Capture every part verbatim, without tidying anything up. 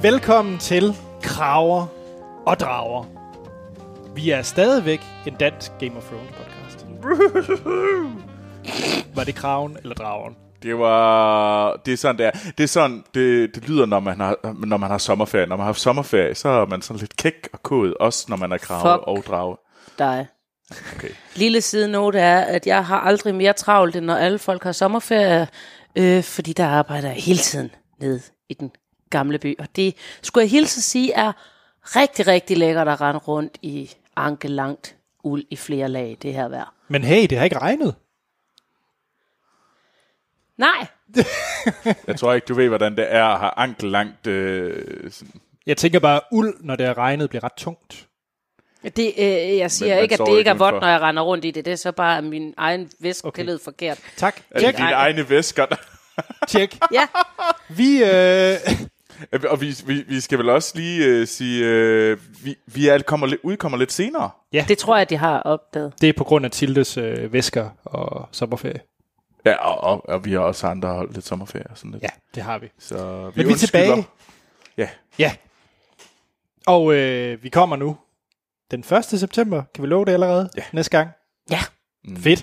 Velkommen til Kraver og Drager. Vi er stadigvæk en dansk Game of Thrones podcast. Var det kraven eller dragen? Det var det er sådan der. Det er sådan det, det lyder når man har når man har sommerferie. Når man har sommerferie, så er man sådan lidt kæk og kåd, også når man er krave og drage. Dig. Okay. Lille sidenote er, at jeg har aldrig mere travlt, end når alle folk har sommerferie, øh, fordi der arbejder jeg hele tiden nede i den gamle by. Og det skulle jeg hilse at sige er rigtig, rigtig lækkert at rende rundt i ankelangt uld i flere lag det her vejr. Men hey, det har ikke regnet. Nej. Jeg tror ikke, du ved, hvordan det er at have ankellangt... Øh, Jeg tænker bare, uld, når det er regnet, bliver ret tungt. Det, øh, jeg siger Men ikke, at man det ikke er sover vådt, ikke når jeg render rundt i det. Det er så bare min egen væske Okay. okay. forkert. Tak. er det Tjek. dine egne væsker. Der? Tjek. Ja. Vi, øh... Og vi, vi, vi skal vel også lige øh, sige, øh, vi, vi er, kommer, lidt- udkommer lidt senere. Det tror jeg, de har opdaget. det er på grund af Tildes øh, væsker og sommerferie. Ja, og, og, og vi har også andre holdt lidt sommerferie og sådan lidt. Ja, det har vi. Så vi Men vi er undskylder. tilbage. Ja. Ja. Og øh, vi kommer nu den første september. Kan vi love det allerede? Ja. Næste gang. Ja. Mm. Fedt.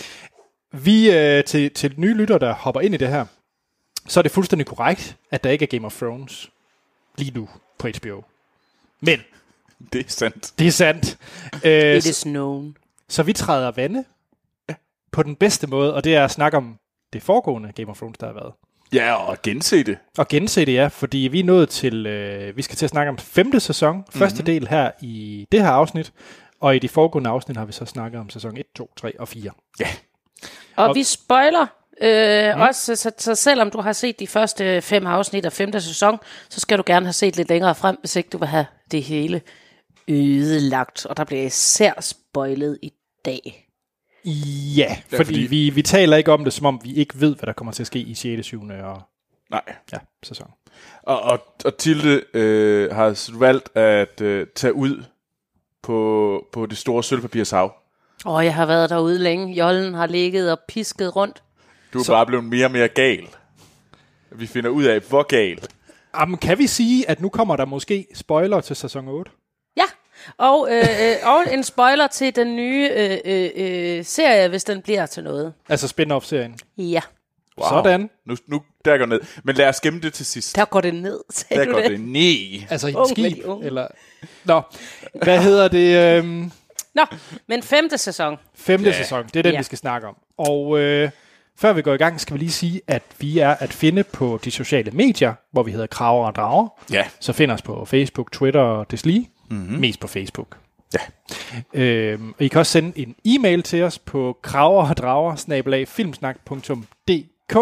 Vi øh, til, til nye lytter, der hopper ind i det her, så er det fuldstændig korrekt, at der ikke er Game of Thrones lige nu på H B O. Men Det er sandt. det er sandt. Øh, It is known. så vi træder vande på den bedste måde, og det er at snakke om det foregående Game of Thrones, der har været. Ja, og gense det. Og gense det, ja, fordi vi er nået til, øh, vi skal til at snakke om femte sæson, mm-hmm. første del her i det her afsnit, og i de foregående afsnit har vi så snakket om sæson et, to, tre og fire. Ja. Og, Og- og vi spoiler øh, mm. også, så, så selvom du har set de første fem afsnit af femte sæson, så skal du gerne have set lidt længere frem, hvis ikke du vil have det hele ødelagt. Og der bliver især spoilet i dag. Ja, Ja, fordi, fordi fordi- vi, vi taler ikke om det, som om vi ikke ved, hvad der kommer til at ske i sjette, syvende og Nej. ja, sæson. Og, og, og Tilde øh, har valgt at øh, tage ud på, på det store sølvpapirshav. Og jeg har været derude længe. Jollen har ligget og pisket rundt. Du er så... bare blevet mere og mere gal. Vi finder ud af, hvor gal. Jamen, kan vi sige, at nu kommer der måske spoiler til sæson otte? Ja, og, øh, øh, og en spoiler til den nye øh, øh, øh, serie, hvis den bliver til noget. Altså spin-off-serien. Ja, Wow. Sådan. Nu, nu der går ned. Men lad os gemme det til sidst. der går det ned. Sagde Der du går det? det ned. Altså i et Ung med skib, de unge. eller... Nå, hvad hedder det? Øhm, Nå, men femte sæson. femte Ja. sæson, det er den, Ja. vi skal snakke om. Og øh, før vi går i gang, skal vi lige sige, at vi er at finde på de sociale medier, hvor vi hedder Kraver og Drager. Ja. Så find os på Facebook, Twitter og deslige. Mm-hmm. Mest på Facebook. Ja. Øhm, og I kan også sende en e-mail til os på kraverogdrager snabel-a filmsnak punktum d k.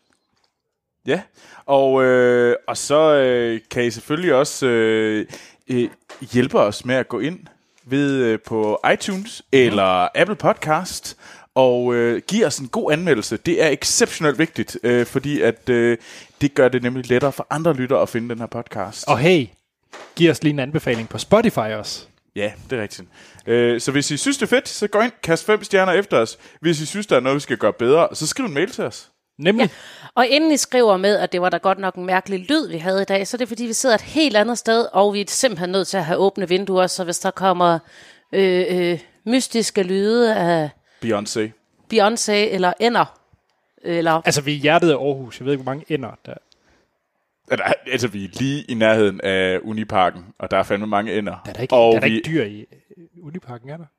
Ja, og, øh, og så øh, kan I selvfølgelig også øh, øh, hjælpe os med at gå ind ved øh, på iTunes eller Apple Podcast og øh, give os en god anmeldelse. Det er exceptionelt vigtigt, øh, fordi at øh, det gør det nemlig lettere for andre lyttere at finde den her podcast. Og hey, giv os lige en anbefaling på Spotify også. Ja, det er rigtigt. Øh, så hvis I synes, det er fedt, så gå ind, kast fem stjerner efter os. Hvis I synes, der er noget, vi skal gøre bedre, så skriv en mail til os. Nemlig. Ja. Og inden I skriver med, at det var da godt nok en mærkelig lyd, vi havde i dag, så er det fordi, vi sidder et helt andet sted, og vi er simpelthen nødt til at have åbne vinduer, så hvis der kommer øh, øh, mystiske lyde af Beyoncé. Beyoncé eller ender, eller Altså, vi er i hjertet af Aarhus. Jeg ved ikke, hvor mange ender der er. Altså, altså, vi er lige i nærheden af Uniparken, og der er fandme mange ender. Der er der ikke, og der er der vi, ikke dyr i øh, Uniparken, er der?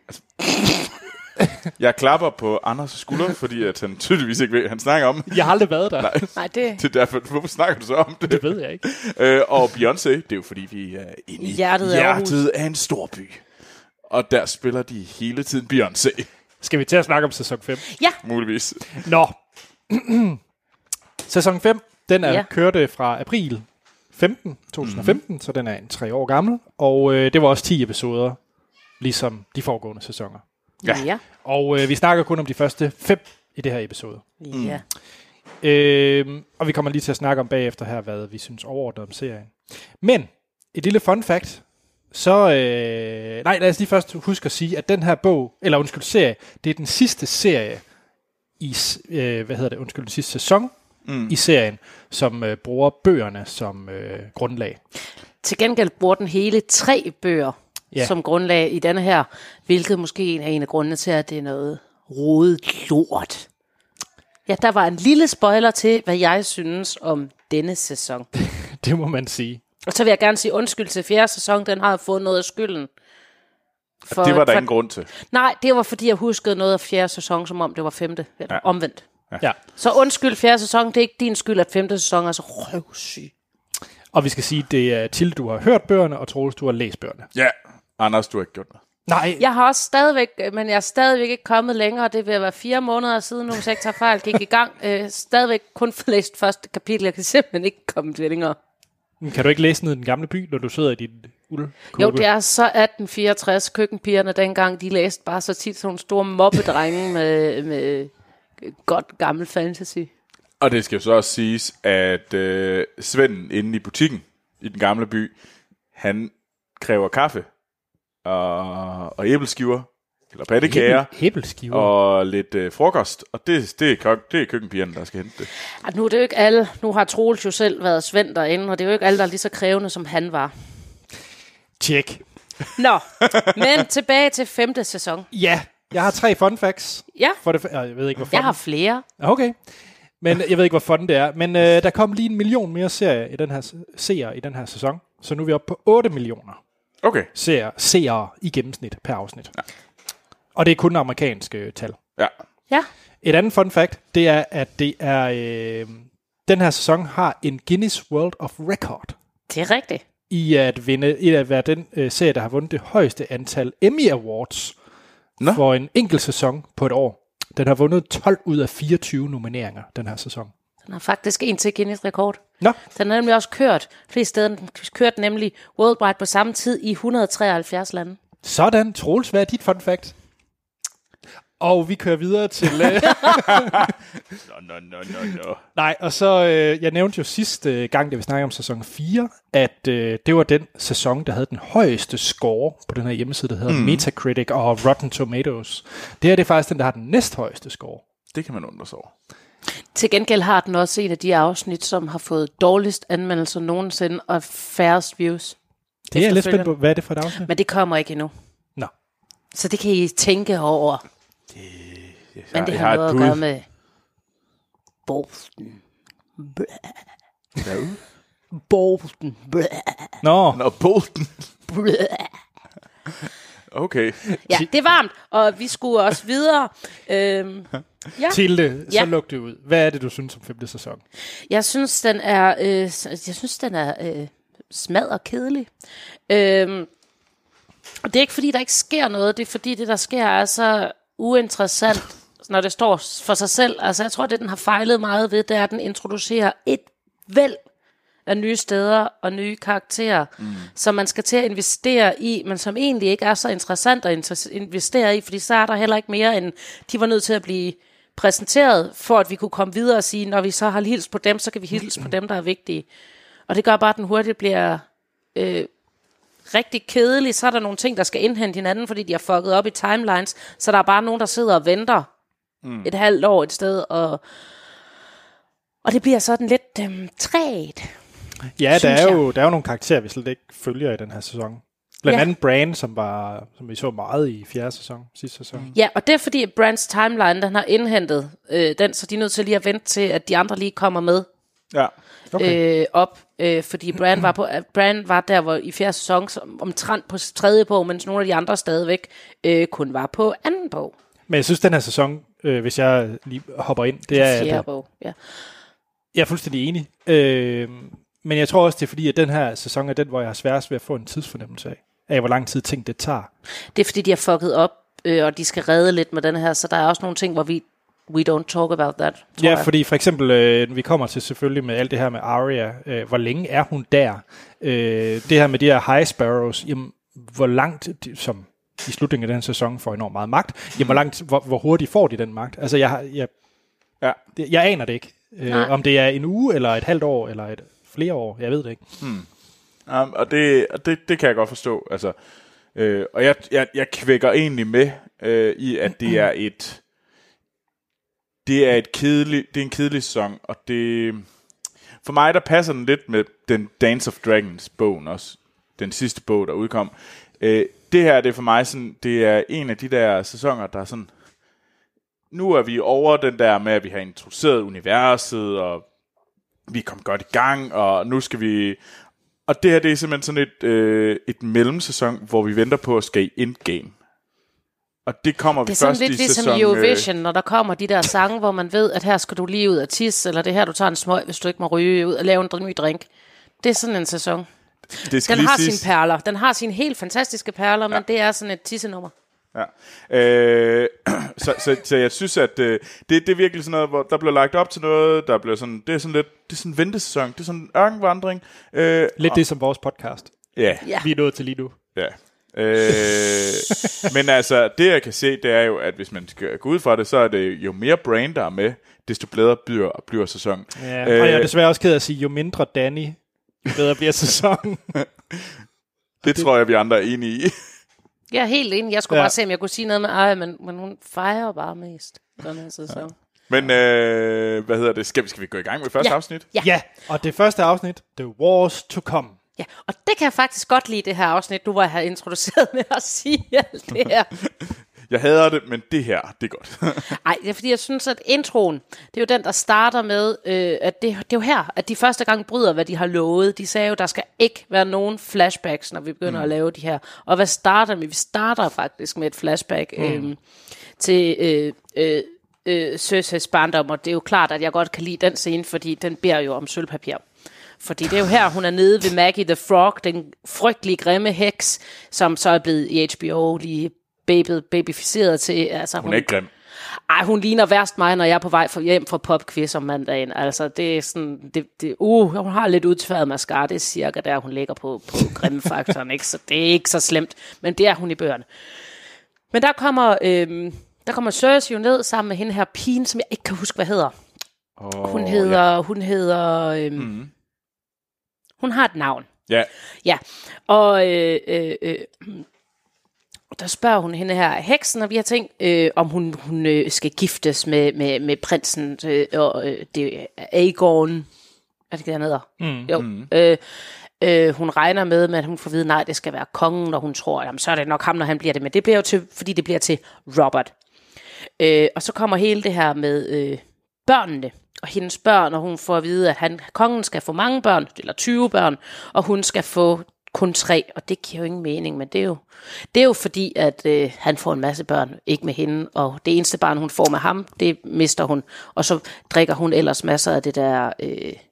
Jeg klapper på Anders' skulder, fordi at han tydeligvis ikke ved, hvad han snakker om. Jeg har aldrig været der. Nej, nej, det det er derfor, hvorfor snakker du så om det? Det ved jeg ikke. Øh, og Beyoncé, det er jo fordi, vi er inde i Hjertet af hjertet af en stor by. Og der spiller de hele tiden Beyoncé, Skal vi til at snakke om sæson fem? ja, muligvis. Nå. Sæson fem, den er Ja. kørte fra april femten, to tusind femten, mm. så den er en tre år gammel. Og øh, det var også ti episoder, ligesom de foregående sæsoner. Ja. ja, Og øh, vi snakker kun om de første fem i det her episode. ja. Øh, og vi kommer lige til at snakke om bagefter her, hvad vi synes overordnet om serien. Men, et lille fun fact. Så, øh, nej, lad os lige først huske at sige, at den her bog, eller undskyld, serie, det er den sidste serie i, øh, hvad hedder det, undskyld, den sidste sæson mm. i serien, som øh, bruger bøgerne som øh, grundlag. Til gengæld bruger den hele tre bøger ja. som grundlag i denne her, hvilket måske er en af grundene til, at det er noget rodet lort. Ja, der var en lille spoiler til, hvad jeg synes om denne sæson. Det må man sige. Og så vil jeg gerne sige undskyld til fjerde sæson, den har fået noget af skylden. For, det var der for, ingen grund til. Nej, det var fordi, jeg huskede noget af fjerde sæson, som om det var femte. Eller ja. omvendt. Ja. Så undskyld fjerde sæson, det er ikke din skyld, at femte sæson er så røvsyg. Og vi skal sige, det er til, du har hørt bøgerne, og Troels, du har læst bøgerne. Ja, Anders, du har ikke gjort noget. Nej. Jeg har også stadigvæk, men jeg er stadigvæk ikke kommet længere. Det vil være fire måneder siden, nu hvis jeg ikke tager fejl, gik i gang. Øh, stadigvæk kun for læst første kapitel. Jeg kan simpelthen ikke komme til længere. Kan du ikke læse ned i den gamle by, når du sidder i din uldkåbe? Jo, det er så atten fireogtres. Køkkenpigerne dengang, de læste bare så tit sådan nogle store mobbedrenge med, med godt gammel fantasy. Og det skal jo så også siges, at øh, Svend inde i butikken i den gamle by, han kræver kaffe og, og æbleskiver, eller pandekager, æbleskiver og lidt øh, frokost. Og det, det, er køk, det er køkkenpigerne, der skal hente det. At nu er det jo ikke alle. Nu har Troels jo selv været Svend derinde, og det er jo ikke alle, der er lige så krævende, som han var. Tjek. Nå, men tilbage til femte sæson. Ja, jeg har tre fun facts. Ja. For det, jeg ved ikke, hvor fun. Jeg har flere. Okay. Men jeg ved ikke, hvor fun det er. Men øh, der kom lige en million mere serier i den her, seere i den her sæson. Så nu er vi oppe på otte millioner okay. serier, seere i gennemsnit per afsnit. Ja. Og det er kun amerikanske tal. Ja. Ja. Et andet fun fact, det er, at det er øh, den her sæson har en Guinness World of Record. Det er rigtigt. I at vinde, i at være den øh, serie, der har vundet det højeste antal Emmy Awards Nå. for en enkelt sæson på et år. Den har vundet tolv ud af fireogtyve nomineringer, den her sæson. Den har faktisk en til Guinness rekord. Nå. Den har nemlig også kørt flere steder. Den kørt nemlig worldwide på samme tid i et hundrede og treoghalvfjerds lande. Sådan. Troels, hvad er dit fun fact? Og vi kører videre til... no, no, no, no, no. Nej, og så... Øh, jeg nævnte jo sidste øh, gang, da vi snakkede om sæson fire, at øh, det var den sæson, der havde den højeste score på den her hjemmeside, der hedder mm. Metacritic og Rotten Tomatoes. Det her det er faktisk den, der har den næsthøjeste score. Det kan man undre sig over. Til gengæld har den også en af de afsnit, som har fået dårligst anmeldelser nogensinde og færrest views. Det er jeg lidt spændt på. Hvad er det for et afsnit? Men det kommer ikke endnu. Nå. Så det kan I tænke over. Det, jeg, Men det jeg har, har noget at gøre med Bolton. Hvad? Bolton. Nå. Nå, Bolton. Okay. Ja, det er varmt, og vi skulle også videre. Øhm, ja. Tilde, så ja. luk det ud. Hvad er det, du synes om femte sæson? Jeg synes, den er, øh, jeg synes, den er øh, smad og kedelig. Øhm, og det er ikke, fordi der ikke sker noget. Det er, fordi det, der sker, er så uinteressant, når det står for sig selv. Altså, jeg tror, det, den har fejlet meget ved, det er, at den introducerer et væld af nye steder og nye karakterer, mm. som man skal til at investere i, men som egentlig ikke er så interessant at investere i, fordi så er der heller ikke mere end, de var nødt til at blive præsenteret, for at vi kunne komme videre og sige, når vi så har hilst på dem, så kan vi hilse på dem, der er vigtige. Og det gør bare, at den hurtigt bliver øh, rigtig kedelig. Så er der nogle ting, der skal indhente hinanden, fordi de har fucket op i timelines, så der er bare nogen, der sidder og venter mm. et halvt år et sted, og, og det bliver sådan lidt øh, trægt. Ja, der er, jo, der er jo nogle karakterer, vi slet ikke følger i den her sæson. Blandt ja. andet Bran, som, var, som vi så meget i fjerde sæson, sidste sæson. Ja, og det er fordi, at Brans timeline, den har indhentet øh, den, så de er nødt til lige at vente til, at de andre lige kommer med ja. okay. øh, op. Øh, fordi Bran var, på, Bran var der hvor i fjerde sæson som, omtrent på tredje bog, mens nogle af de andre stadigvæk øh, kun var på anden bog. Men jeg synes, den her sæson, øh, hvis jeg lige hopper ind, det er... Fjerde at, bog, ja. Jeg er fuldstændig enig. Øh, Men jeg tror også, det er fordi, at den her sæson er den, hvor jeg har sværest ved at få en tidsfornemmelse af, af hvor lang tid ting det tager. Det er fordi, de har fucket op, øh, og de skal redde lidt med den her, så der er også nogle ting, hvor vi we don't talk about that. Ja, jeg. fordi for eksempel, øh, vi kommer til selvfølgelig med alt det her med Arya. Øh, hvor længe er hun der? Øh, det her med de her High Sparrows, jamen, hvor langt, de, som i slutningen af den sæson får enormt meget magt, jamen, hvor, langt, hvor, hvor hurtigt får de den magt? Altså, jeg, jeg, ja, det, jeg aner det ikke. Øh, om det er en uge, eller et halvt år, eller et flere år, jeg ved det ikke. Hmm. Um, og det, det, det kan jeg godt forstå. Altså, øh, og jeg, jeg, jeg kvækker egentlig med øh, i, at det er et det er et kedeligt, det er en kedelig sæson, og det for mig der passer den lidt med den Dance of Dragons bogen også, den sidste bog der udkom. Øh, det her det er for mig sådan, det er en af de der sæsoner der er sådan, nu er vi over den der med at vi har introduceret universet og vi er kommet godt i gang, og nu skal vi, og det her det er simpelthen sådan et øh, et mellemsæson, hvor vi venter på at skal i endgame. Og det kommer vi først i sæson... Det er sådan lidt ligesom Eurovision, når der kommer de der sange, hvor man ved, at her skal du lige ud af tis, eller det her, du tager en smøg, hvis du ikke må ryge ud og lave en ny drink. Det er sådan en sæson. Det den har siges. sine perler. Den har sine helt fantastiske perler, ja. Men det er sådan et tissenummer. Ja. Øh, så, så, så jeg synes, at øh, det, det er virkelig sådan noget, hvor der bliver lagt op til noget, der bliver sådan, det er sådan lidt, det er sådan en ventesæson, det er sådan en ørkenvandring. Øh, lidt og, det som vores podcast. Ja. ja. Vi er nået til lige nu. Ja. øh, men altså, det jeg kan se, det er jo, at hvis man skal gå ud fra det, så er det jo mere brand, der er med, desto bedre bliver, bliver sæson. Ja, øh, og jeg er desværre også ked af at sige, jo mindre Danny, jo bedre bliver sæson. det, det tror jeg, vi andre er enige i. Jeg er helt enig. Jeg skulle ja. bare se, om jeg kunne sige noget med ej, men, men hun fejrer bare mest. Den her sæson. Ja. Men øh, hvad hedder det? Skal vi, skal vi gå i gang med første ja. afsnit? Ja. ja, og det første afsnit, The Wars to Come. Ja, og det kan jeg faktisk godt lide, det her afsnit, nu hvor jeg har introduceret med at sige alt det her. Jeg hader det, men det her, det er godt. Nej, det er fordi, jeg synes, at introen, det er jo den, der starter med, øh, at det, det er jo her, at de første gang bryder, hvad de har lovet. De sagde jo, der skal ikke være nogen flashbacks, når vi begynder mm. at lave de her. Og hvad starter vi? Vi starter faktisk med et flashback mm. øh, til øh, øh, øh, Cersei's barndom, og det er jo klart, at jeg godt kan lide den scene, fordi den beder jo om sølvpapir. Fordi det er jo her, hun er nede ved Maggie the Frog, den frygtelige grimme heks, som så er blevet i H B O lige baby, babyficeret til. Altså, hun er ikke grim. Ej, hun ligner værst mig, når jeg er på vej for hjem fra popquiz om mandagen. Altså, det er sådan, det, det, uh, hun har lidt udtværet mascara, det er cirka der, hun ligger på, på grimmefaktoren, ikke? Så det er ikke så slemt, men det er hun i bøgerne. Men der kommer, øhm, der kommer Cersei jo ned sammen med hende her pigen, som jeg ikke kan huske, hvad hedder. Oh, hun hedder, ja. hun hedder, øhm, mm. hun har et navn. Ja. Ja, og øh, øh, øh, der spørger hun hende her heksen, og vi har tænkt, øh, om hun, hun øh, skal giftes med, med, med prinsen, øh, og øh, det er Aegon, er det ikke, der hedder? Mm. Jo. Mm. Øh, øh, hun regner med, at hun får at vide, nej, det skal være kongen, og hun tror, jamen, så er det nok ham, når han bliver det, men det bliver jo til, fordi det bliver til Robert. Øh, og så kommer hele det her med øh, børnene, og hendes børn, og hun får at vide, at han, kongen skal få mange børn, eller tyve børn, og hun skal få kun tre, og det giver jo ingen mening, men det er jo, det er jo fordi, at øh, han får en masse børn, ikke med hende, og det eneste barn, hun får med ham, det mister hun, og så drikker hun ellers masser af det der, øh,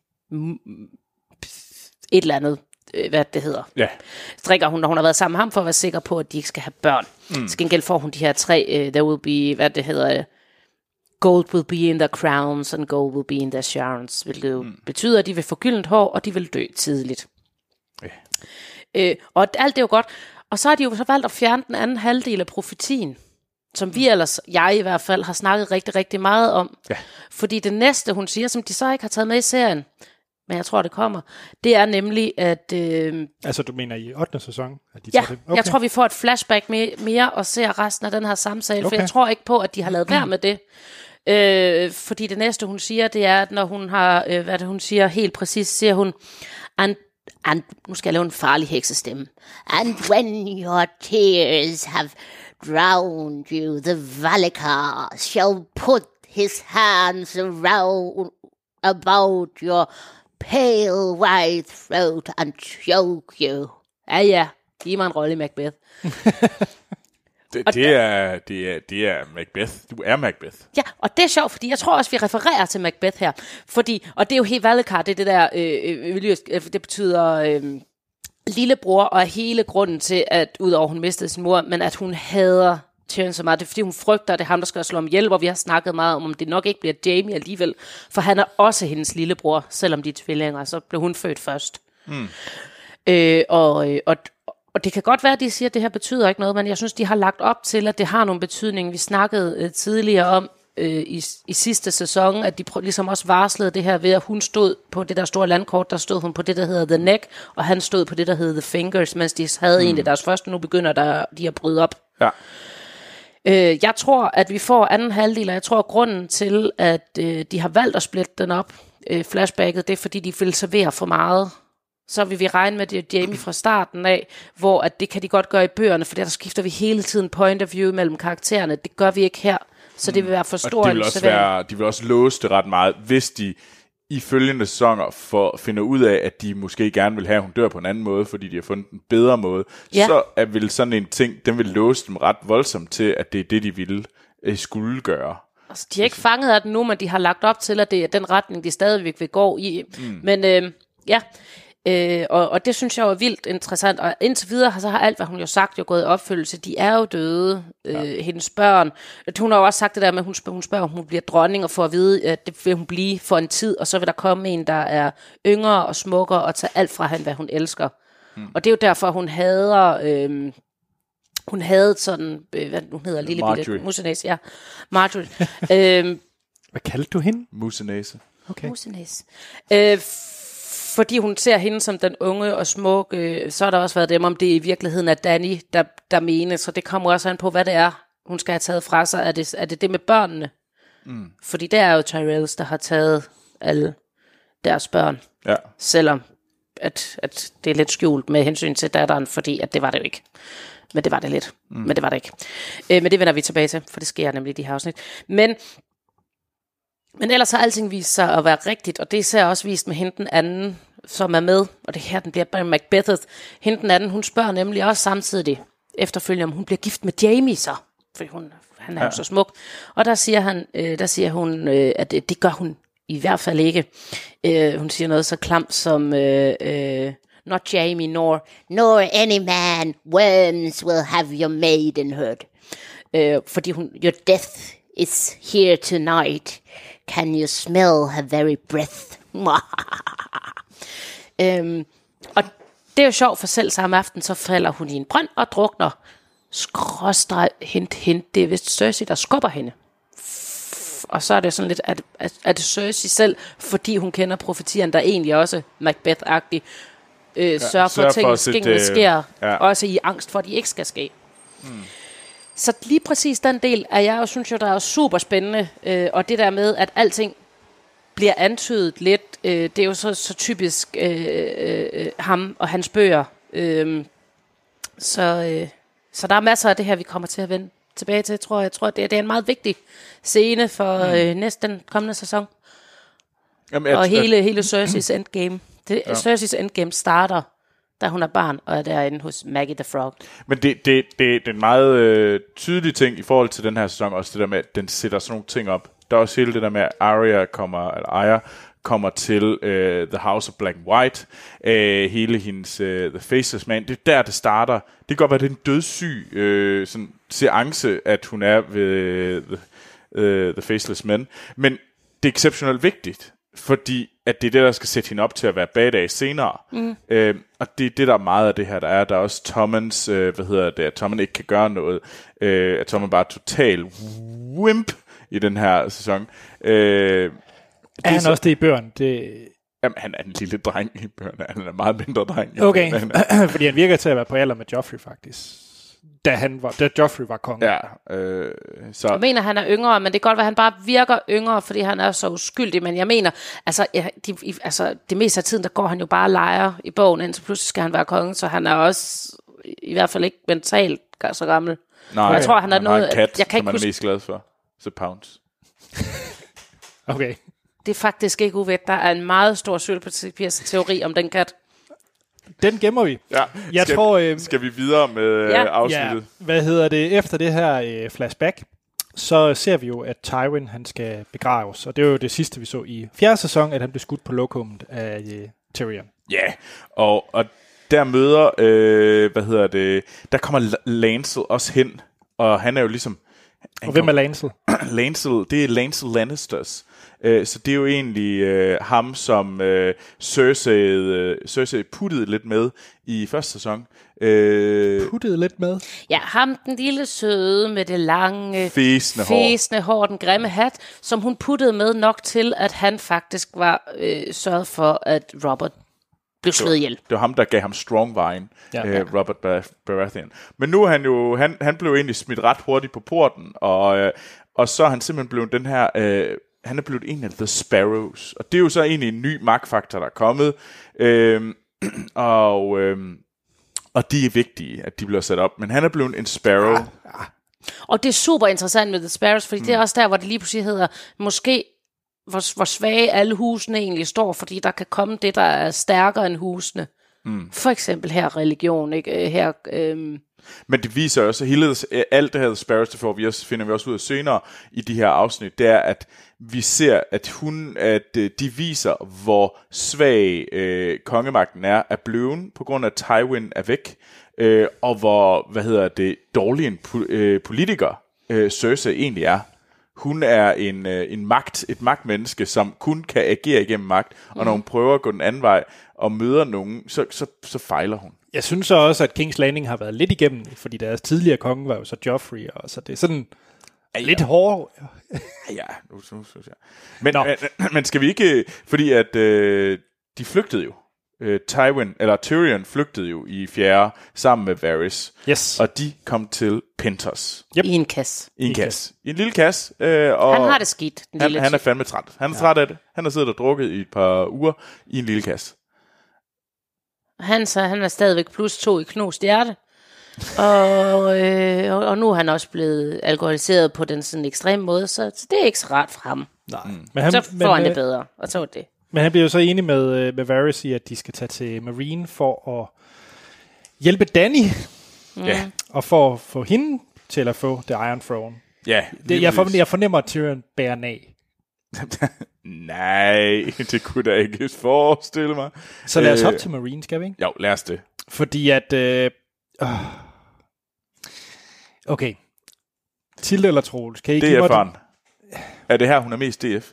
et eller andet, øh, hvad det hedder. Ja. Drikker hun, når hun har været sammen med ham, for at være sikker på, at de ikke skal have børn. Mm. Så gengæld får hun de her tre, øh, there will be, hvad det hedder, øh, gold will be in their crowns, and gold will be in their crowns, hvilket jo mm. betyder, at de vil få gyldent hår, og de vil dø tidligt. Ja. Øh, og alt det er jo godt. Og så har de jo så valgt at fjerne den anden halvdel af profetien, som vi ellers, jeg i hvert fald, har snakket rigtig, rigtig meget om. Ja. Fordi det næste, hun siger, som de så ikke har taget med i serien, men jeg tror, det kommer, det er nemlig, at... Øh, altså, du mener i ottende sæson? At de ja, det? Okay. Jeg tror, vi får et flashback med, mere og ser resten af den her samtale, okay. For jeg tror ikke på, at de har lavet værd med det. Øh, fordi det næste, hun siger, det er, at når hun har, øh, hvad det hun siger helt præcis, siger hun, and, and, nu skal jeg lave en farlig heksestemme, and when your tears have drowned you, the Valakar shall put his hands around about your pale white throat and choke you. Ja, ja, giv mig en rolle i Macbeth. Det, det, er, det, er, det er Macbeth. Du er Macbeth. Ja, og det er sjovt, fordi jeg tror også, vi refererer til Macbeth her. Fordi, og det er jo helt Valakar, det er det der, øh, øh, det betyder øh, lillebror, og hele grunden til, at udover hun mistede sin mor, men at hun hader Tyrion så meget, det er fordi hun frygter, at det er ham, der skal slå om ihjel, hvor vi har snakket meget om, om det nok ikke bliver Jaime alligevel, for han er også hendes lillebror, selvom de er tvillinger, så blev hun født først. Mm. Øh, og, og Og det kan godt være, at de siger, at det her betyder ikke noget, men jeg synes, de har lagt op til, at det har nogle betydning. Vi snakkede øh, tidligere om øh, i, i sidste sæson, at de prøv, ligesom også varslede det her ved, at hun stod på det der store landkort, der stod hun på det, der hedder The Neck, og han stod på det, der hedder The Fingers, mens de havde mm. egentlig deres første, nu begynder der, de at bryde op. Ja. Øh, jeg tror, at vi får anden halvdel, og jeg tror, at grunden til, at øh, de har valgt at splitte den op, øh, flashbacket, det er, fordi de vil servere for meget. Så vil vi regne med, det er Jamie fra starten af, hvor at det kan de godt gøre i bøgerne, for der skifter vi hele tiden point of view mellem karaktererne. Det gør vi ikke her, så det vil være for stor en servering. De vil også låse det ret meget, hvis de i følgende sæsoner for, finder ud af, at de måske gerne vil have, at hun dør på en anden måde, fordi de har fundet en bedre måde, ja. så er vel sådan en ting, den vil låse dem ret voldsomt til, at det er det, de ville øh, skulle gøre. Altså, de er ikke fanget af den nu, men de har lagt op til, at det er den retning, de stadigvæk vil gå i. Mm. Men øh, ja, øh, og, og det synes jeg er vildt interessant, og indtil videre så har alt, hvad hun jo sagt, jo gået i opfyldelse. De er jo døde, øh, ja. hendes børn. Hun har jo også sagt det der med, at hun spørger, hun spørger, om hun bliver dronning, og får at vide, at det vil hun blive for en tid, og så vil der komme en, der er yngre og smukkere, og tage alt fra hende, hvad hun elsker. Mm. Og det er jo derfor, hun hader... Øh, hun havde sådan, øh, hvad hun hedder, lille bitte musenæse, ja, Marjorie. øhm, hvad kaldte du hende? Musenæse. Okay. Musenæse. Øh, f- fordi hun ser hende som den unge og smukke, øh, så har der også været dem, om det i virkeligheden er Danny, der, der mener, så det kommer også an på, hvad det er, hun skal have taget fra sig. Er det er det, det med børnene? Mm. Fordi det er jo Tyrells, der har taget alle deres børn. Ja. Selvom at, at det er lidt skjult med hensyn til datteren, fordi at det var det jo ikke. Men det var det lidt. Mm. Men det var det ikke. Øh, men det vender vi tilbage til, for det sker nemlig i de her afsnit. Men, men ellers har alting vist sig at være rigtigt, og det er især også vist med hende den anden, som er med, og det her, den bliver bare Macbeth. Hende den anden, hun spørger nemlig også samtidig efterfølgende, om hun bliver gift med Jamie så, fordi hun, han er ja. jo så smuk. Og der siger, han, øh, der siger hun, øh, at det, det gør hun i hvert fald ikke. Øh, hun siger noget så klamt som... Øh, øh, Not Jamie, nor nor any man, worms will have your maidenhood. Uh, fordi hun, your death is here tonight. Can you smell her very breath? um, og det er jo sjovt, for selv samme aften, så falder hun i en brønd og drukner. Skråstreg, hint, hint. Det er vist Cersei, der skubber hende. Og så er det sådan lidt, at, at, at det Cersei selv, fordi hun kender profetieren, der egentlig også Macbeth-agtig, Øh, sørger for, at tingene sker, ja. også i angst for, at de ikke skal ske. Hmm. Så lige præcis den del af jeg synes jo, der er super spændende, øh, og det der med, at alting bliver antydet lidt, øh, det er jo så, så typisk øh, øh, ham og hans bøger. Øh, så, øh, så der er masser af det her, vi kommer til at vende tilbage til, tror jeg. Jeg tror, det er, det er en meget vigtig scene for hmm. øh, næste, den kommende sæson. Jamen, jeg, og hele, jeg, hele Cerseis endgame. Det, ja. Cerseis endgame starter, da hun er barn, og er derinde hos Maggie the Frog. Men det, det, det, det er en meget øh, tydelig ting i forhold til den her sæson, også det der med, at den sætter sådan nogle ting op. Der er også hele det der med, at Arya kommer, eller Arya kommer til øh, The House of Black and White, øh, hele hendes øh, The Faceless Man, det er der, det starter. Det kan godt være, det er en dødssyg øh, sådan, seance, at hun er ved øh, the, øh, the Faceless Man, men det er exceptionelt vigtigt, fordi at det er det, der skal sætte hende op til at være badass senere. Mm. Øh, og det er det, der er meget af det her, der er. Der er også Tommens, øh, hvad hedder det, at Tommen ikke kan gøre noget. Øh, at Tommen bare er total wimp i den her sæson. Øh, er han så, også det i bøgerne? Det... Jamen, han er en lille dreng i bøgerne. Han er en meget mindre dreng. Okay, fordi han virker til at være på alder med Joffrey, faktisk. Da, han var, da Joffrey var konge. Ja, øh, så. Jeg mener, han er yngre, men det kan godt være, at han bare virker yngre, fordi han er så uskyldig. Men jeg mener, altså, ja, de, altså det meste af tiden, der går han jo bare og leger i bogen, indtil pludselig skal han være konge, så han er også i hvert fald ikke mentalt så gammel. Nej, jeg tror, han er han noget... har en kat, jeg kan som han er mest glad for. Så Pounce. Okay. Det er faktisk ikke uvægt. Der er en meget stor sølvpapirsteori om den kat. Den gemmer vi. Ja. Jeg skal, tror, øh, skal vi videre med ja. afsnittet? Ja. Hvad hedder det? Efter det her øh, flashback, så ser vi jo, at Tywin han skal begraves. Og det var jo det sidste, vi så i fjerde sæson, at han blev skudt på lokummet af øh, Tyrion. Ja, yeah. og, og der møder, øh, hvad hedder det, der kommer Lancel også hen, og han er jo ligesom... Og hvem er Lancel? Lancel, det er Lancel Lannisters. Uh, så det er jo egentlig uh, ham, som uh, Cersei, uh, Cersei puttede lidt med i første sæson. Uh, puttede lidt med? Ja, ham den lille søde med det lange, fæsende hår. fæsende hår, den grimme hat, som hun puttede med nok til, at han faktisk var uh, sørget for, at Robert blev slået ihjel. Det var ham, der gav ham strong wine, Ja. øh, Robert Bar- Baratheon. Men nu er han jo, han, han blev egentlig smidt ret hurtigt på porten, og, øh, og så er han simpelthen blevet den her, øh, han er blevet en af The Sparrows. Og det er jo så egentlig en ny magtfaktor, der er kommet. Øh, og, øh, og de er vigtige, at de bliver sat op. Men han er blevet en Sparrow. Ja. Og det er super interessant med The Sparrows, fordi mm. det er også der, hvor det lige pludselig hedder, måske hvor, hvor svage alle husene egentlig står, fordi der kan komme det, der er stærkere end husene. Mm. For eksempel her religion, ikke? Her, øhm. Men det viser også, at hele, alt det her Sparrows, det får vi også, finder vi også ud af senere i de her afsnit, det er, at vi ser, at hun, at de viser, hvor svag øh, kongemagten er, er blevet, på grund af, at Tywin er væk, øh, og hvor, hvad hedder det, dårlig en po- øh, politiker øh, Cersei egentlig er. Hun er en, øh, en magt, et magtmenneske, som kun kan agere igennem magt, og mm. når hun prøver at gå den anden vej og møder nogen, så, så, så fejler hun. Jeg synes så også, at King's Landing har været lidt igennem, fordi deres tidligere konge var jo så Joffrey, og så det er sådan ja, ja. lidt hårdere. ja, nu synes jeg. Men, men, men skal vi ikke, fordi at øh, de flygtede jo. Øh, Tywin, eller Tyrion flygtede jo i fjerde sammen med Varys. Yes. Og de kom til Pentos. Yep. I en kasse. I en kasse. I en lille kasse. Øh, og han har det skidt. Han, han er fandme træt. Han er ja. træt af det. Han har siddet og drukket i et par uger i en lille kasse. Han, så, han er stadigvæk plus to i knust hjerte. og, øh, og, og nu er han også blevet alkoholiseret på den sådan ekstreme måde, så, så det er ikke så rart for ham. Nej. Mm. Men han, så får men, han det bedre, og så er det. Men han bliver jo så enig med, med Varys i, at de skal tage til Meereen for at hjælpe Dany. Mm. Ja. Og for at få hende til at få The Iron Throne. Ja. Det, jeg, fornemmer, jeg fornemmer, at Tyrion bærer af. Nej, det kunne da ikke forestille mig. Så lad os hoppe til Meereen, skal vi ikke? Jo, lad os det. Fordi at... Øh, øh, okay. Tilde eller Troels, kan I give mig... D F'eren. Er det her, hun er mest D F?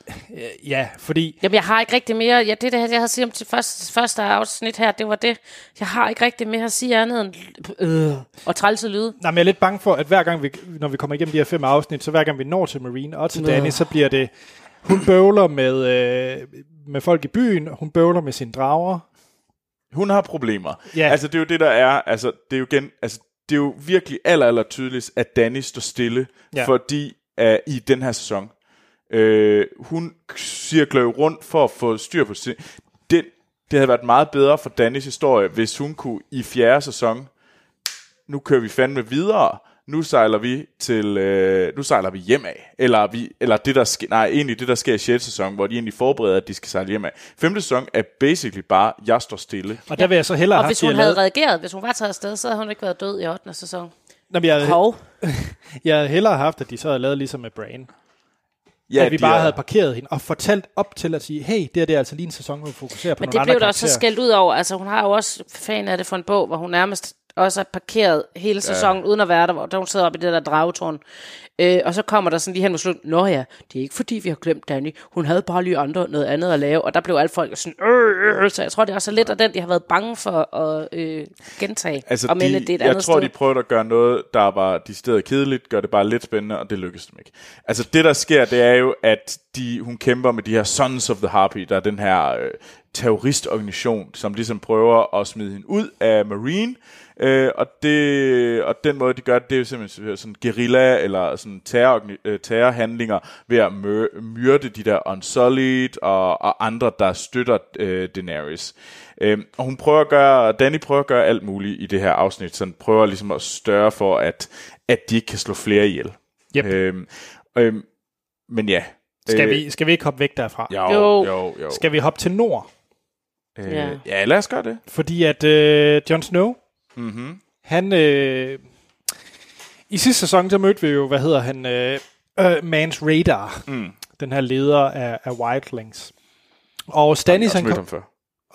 Ja, fordi... Jamen, jeg har ikke rigtig mere... Ja, det, det jeg havde sagt om til første, første afsnit her, det var det. Jeg har ikke rigtig mere at sige andet end... Øh, og trælse lyde. Nej, men jeg er lidt bange for, at hver gang vi, når vi kommer igennem de her fem afsnit, så hver gang vi når til Meereen og til Dany, så bliver det... Hun bøvler med, øh, med folk i byen, hun bøvler med sine drager. Hun har problemer. Ja. Altså, det er jo det, der er... Altså, det er jo igen... Altså, det er jo virkelig aller, aller tydeligt, at Dany står stille, ja. fordi uh, i den her sæson... Øh, hun cirkler jo rundt for at få styr på sin... Det, det havde været meget bedre for Danys historie, hvis hun kunne i fjerde sæson, nu kører vi fandme videre, nu sejler vi til, øh, nu sejler vi hjem af, eller, vi, eller det der sker, nej, egentlig det der sker i sjette sæson, hvor de egentlig forbereder, at de skal sejle hjem af. Femte sæson er basically bare, jeg står stille. Og der vil jeg så hellere og have hvis hun havde reageret, hvis hun var taget afsted, så havde hun ikke været død i ottende sæson. Nå, jeg, Hov. jeg havde hellere haft, at de så havde lavet ligesom med Bran. Ja, at vi bare er... havde parkeret hende og fortalt op til at sige, hey, det er det er altså lige en sæson, hvor vi fokuserer på men nogle andre karakterer. Men det blev der også så skældt ud over. Altså, hun har jo også fan af det for en bog, hvor hun nærmest også er parkeret hele sæsonen, ja. uden at være der, hvor hun sidder oppe i det der dragetårn. Øh, og så kommer der sådan lige hen mod slut, nå ja, det er ikke fordi, vi har glemt Dany. Hun havde bare lige andre, noget andet at lave, og der blev alle folk sådan, øh, øh, så jeg tror, det er også lidt af den, de har været bange for at øh, gentage. Altså, og de, det er et jeg andet tror, sted. de prøvede at gøre noget, der var de steder kedeligt, gør det bare lidt spændende, og det lykkedes dem ikke. Altså, det der sker, det er jo, at de, hun kæmper med de her Sons of the Harpy, der er den her øh, terroristorganisation, som ligesom prøver at smide hende ud af Meereen. Øh, og, det, og den måde de gør det, det er jo simpelthen sådan guerilla eller sådan terror, terrorhandlinger ved at mør, myrde de der Unsullied og, og andre, der støtter øh, Daenerys. Øh, og hun prøver at gøre, Dany prøver at gøre alt muligt i det her afsnit, så den prøver ligesom at større for, at, at de ikke kan slå flere ihjel. Yep. Øh, øh, men ja. Skal, øh, vi, skal vi ikke hoppe væk derfra? Jo, jo. jo, jo. Skal vi hoppe til nord? Øh, ja. ja, lad os gøre det. Fordi at øh, Jon Snow, mm-hmm. han... Øh, i sidste sæson, så mødte vi jo, hvad hedder han, øh, uh, Mans Rhaegar, mm. den her leder af, af Wildlings. Og Stannis, han, han kom... før.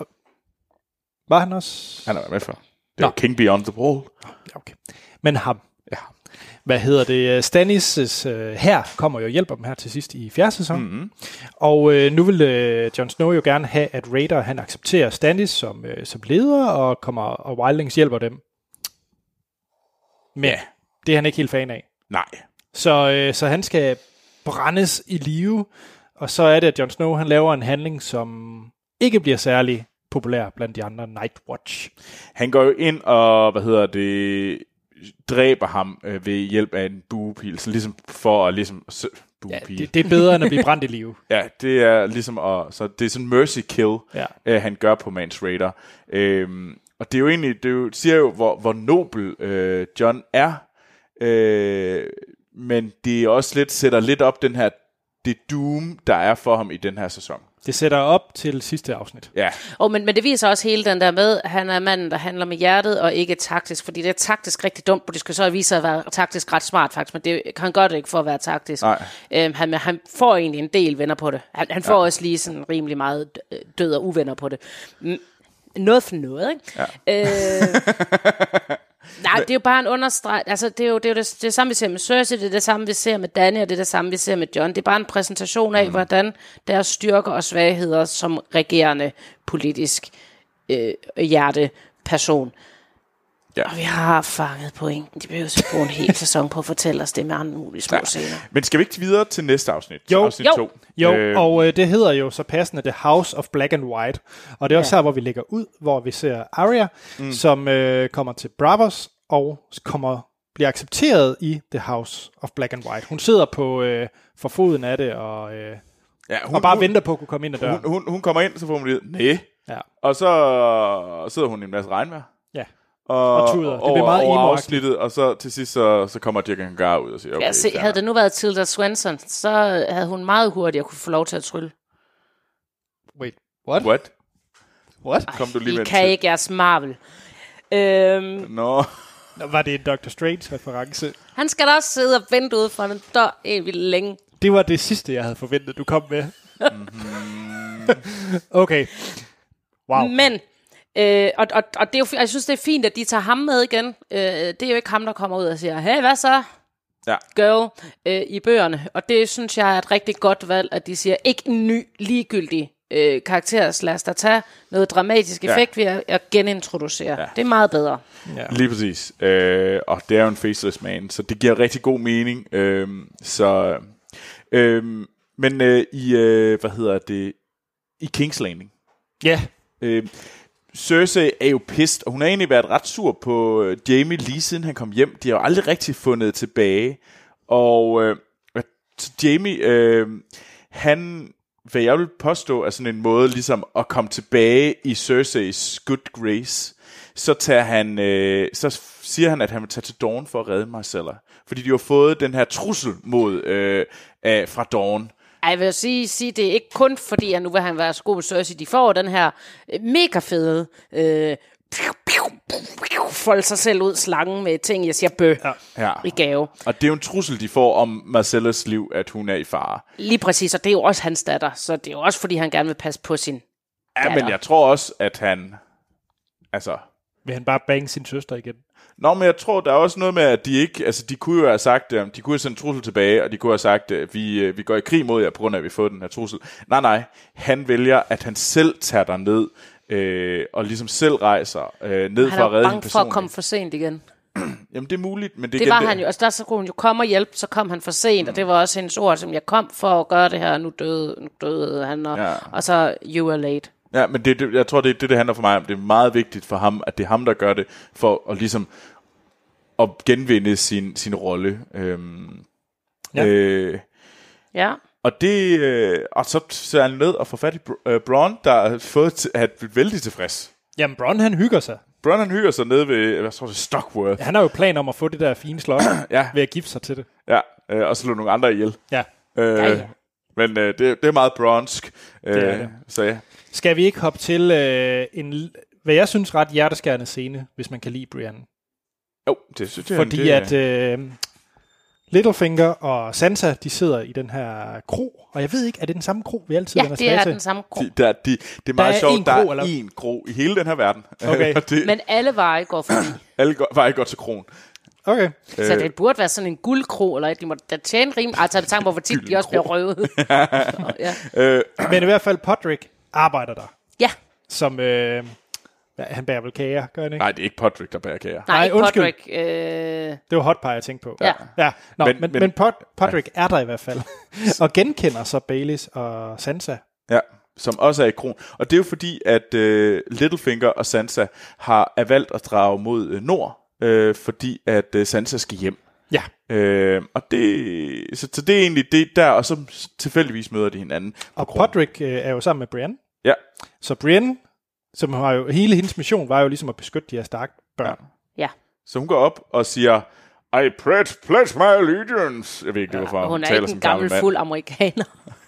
Var han også? Han er med før. Det var King Beyond the Wall. Okay. Men ham. Ja. Hvad hedder det? Stannis' øh, her kommer jo og hjælper dem her til sidst i fjerde sæson. Mm-hmm. Og øh, nu vil øh, Jon Snow jo gerne have, at Rhaegar han accepterer Stannis som, øh, som leder, og kommer og Wildlings hjælper dem. Men yeah. det er han ikke helt fan af. Nej. Så, øh, så han skal brændes i live, og så er det, at Jon Snow han laver en handling, som ikke bliver særlig populær blandt de andre Night Watch. Han går jo ind og, hvad hedder det, dræber ham øh, ved hjælp af en buepil, så ligesom for at ligesom... Ja, det, det er bedre end at blive brændt i live. Ja, det er ligesom at, så det er sådan en mercy kill, ja. øh, han gør på Mance Raider. Øhm, og det er jo egentlig, det er jo, siger jo, hvor, hvor nobel øh, John er, øh, men det også lidt sætter lidt op den her, det doom, der er for ham i den her sæson. Det sætter op til sidste afsnit. Ja. Oh, men, men det viser også hele den der med, at han er manden, der handler med hjertet og ikke taktisk, fordi det er taktisk rigtig dumt, og det skal så vise sig at være taktisk ret smart faktisk, men det, han gør det ikke for at være taktisk. Øhm, han, han får egentlig en del venner på det. Han, han får ja. også lige sådan rimelig meget død og uvenner på det. Noget for noget, ikke? Ja. Øh, nej, det er jo bare en understreg. Altså, det er jo det, er jo det, det samme, vi ser med Cersei, det er det samme, vi ser med Dany, og det er det samme, vi ser med John. Det er bare en præsentation af, mm. hvordan deres styrker og svagheder som regerende politisk øh, hjerteperson. Ja. Og vi har fanget pointen. De behøver så bruge en hel sæson på at fortælle os det med andre mulige små ja. scener. Men skal vi ikke videre til næste afsnit? Jo, afsnit jo. to. jo øh. og øh, det hedder jo så passende The House of Black and White. Og det er også ja. her, hvor vi ligger ud, hvor vi ser Arya, mm. som øh, kommer til Braavos og kommer, bliver accepteret i The House of Black and White. Hun sidder på øh, for foden af det og, øh, ja, hun, og bare hun, venter på at kunne komme ind ad døren. Hun, hun, hun kommer ind, så får hun lidt næh. Ja. Og så sidder hun i en masse regnvejr. Ja. Og, og tuder. Det bliver meget over afsnittet, og så til sidst så, så kommer Jaqen H'ghar ud og siger, okay. Ja, se, havde det nu været Tilda Swinton, så havde hun meget hurtigt kunne få lov til at trylle. Wait, what? What? What? Ej, kom du lige med I kan til. Ikke jeres Marvel. Øhm, Nå. Nå. Var det en Doctor Strange-reference? Han skal da også sidde og vente ude for en dør evigt længe. Det var det sidste, jeg havde forventet, du kom med. Mm-hmm. Okay. Wow. Men... Øh, og, og, og det er jo, jeg synes det er fint at de tager ham med igen. øh, Det er jo ikke ham der kommer ud og siger, hey hvad så ja. girl øh, i bøgerne. Og det synes jeg er et rigtig godt valg, at de siger ikke en ny ligegyldig øh, karakter. Lad os da tage noget dramatisk effekt ja. ved at genintroducere. Ja. Det er meget bedre. Ja. Lige præcis. øh, Og det er jo en faceless man, så det giver rigtig god mening. øh, Så øh, Men øh, i øh, hvad hedder det i King's Landing. Ja. øh, Cersei er jo pissed, og hun har egentlig været ret sur på øh, Jaime lige siden han kom hjem. De har jo aldrig rigtig fundet tilbage. Og øh, Jaime, øh, han, hvad jeg vil påstå, er sådan en måde ligesom at komme tilbage i Cerseis good grace. Så tager han, øh, så siger han, at han vil tage til Dawn for at redde Myrcella. Fordi de har fået den her trussel mod øh, af, fra Dawn. Jeg vil sige, sige, det er ikke kun fordi, at nu vil han være så god med Cersei. De får den her mega fede øh, folde sig selv ud slangen med ting, jeg siger bø ja. i gave. Og det er jo en trussel, de får om Myrcellas liv, at hun er i fare. Lige præcis, og det er jo også hans datter. Så det er jo også fordi, han gerne vil passe på sin ja, datter. Men jeg tror også, at han... Altså... Vil han bare bange sin søster igen? Nå, men jeg tror, der er også noget med, at de ikke... Altså, de kunne jo have sagt... De kunne have sendt en trussel tilbage, og de kunne have sagt, at vi, vi går i krig mod jer, på grund af, at vi får den her trussel. Nej, nej. Han vælger, at han selv tager der ned øh, og ligesom selv rejser øh, ned for at redde hende personligt. Han er bange for at komme for sent igen. Jamen, det er muligt, men det, det var det. Han jo. Altså, der så kunne hun jo komme og hjælpe, så kom han for sent, mm. og det var også hendes ord, som jeg kom for at gøre det her, nu døde, nu døde han, og, ja. og så you were late. Ja, men det, det, jeg tror, det er det, det handler for mig om. Det er meget vigtigt for ham, at det er ham, der gør det, for at ligesom at genvinde sin, sin rolle. Øhm, ja. Øh, ja. Og det, øh, og så ser han ned og får fat i uh, Bronn, der har fået til, at blive vældig tilfreds. Jamen, Bronn han hygger sig. Bronn han hygger sig nede ved, hvad tror det, Stockworth. Ja, han har jo plan om at få det der fine slot, ja. ved at gifte sig til det. Ja, øh, og slå nogle andre ihjel. Ja. Øh, ja, ja. Men øh, det, det er meget bronsk. Øh, det er det. Så ja. Skal vi ikke hoppe til øh, en, hvad jeg synes, ret hjerteskærende scene, hvis man kan lide Brienne? Jo, det synes jeg. Fordi det, at øh, Littlefinger og Sansa, de sidder i den her kro, og jeg ved ikke, er det den samme kro, vi altid ja, vender tilbage til? Ja, det er den samme kro. De, der, de, det er meget der sjovt, er der kro, er én kro i hele den her verden. Okay. det, Men alle veje går forbi. alle går, veje går til kronen. Okay. Så det burde være sådan en guldkro, eller de må da tjene rim. Altså, jeg tænker på, hvor tit de også bliver røvet. ja. øh. Men i hvert fald, Podrick arbejder der. Ja. Som, øh, han bærer vel kager, gør han ikke? Nej, det er ikke Podrick, der bærer kager. Nej, Nej undskyld. Podrick. Øh... Det var Hot Pie, jeg tænkte på. Ja. ja. Nå, men, men, men, men Pod, Podrick ja. er der i hvert fald. Og genkender så Baelys og Sansa. Ja. som også er i kron. Og det er jo fordi, at øh, Littlefinger og Sansa har er valgt at drage mod øh, nord, øh, fordi at øh, Sansa skal hjem. Ja. Øh, og det, så, så det er egentlig det der, og så tilfældigvis møder de hinanden. Og Podrick øh, er jo sammen med Brienne. Ja. Så Brienne, som har jo, hele hendes mission var jo ligesom at beskytte de her Stark-børn. Ja. Så hun går op og siger, I pledge, pledge my allegiance. Jeg ved ikke, det hvorfor Og hun er taler ikke som en gammel mand. fuld amerikaner.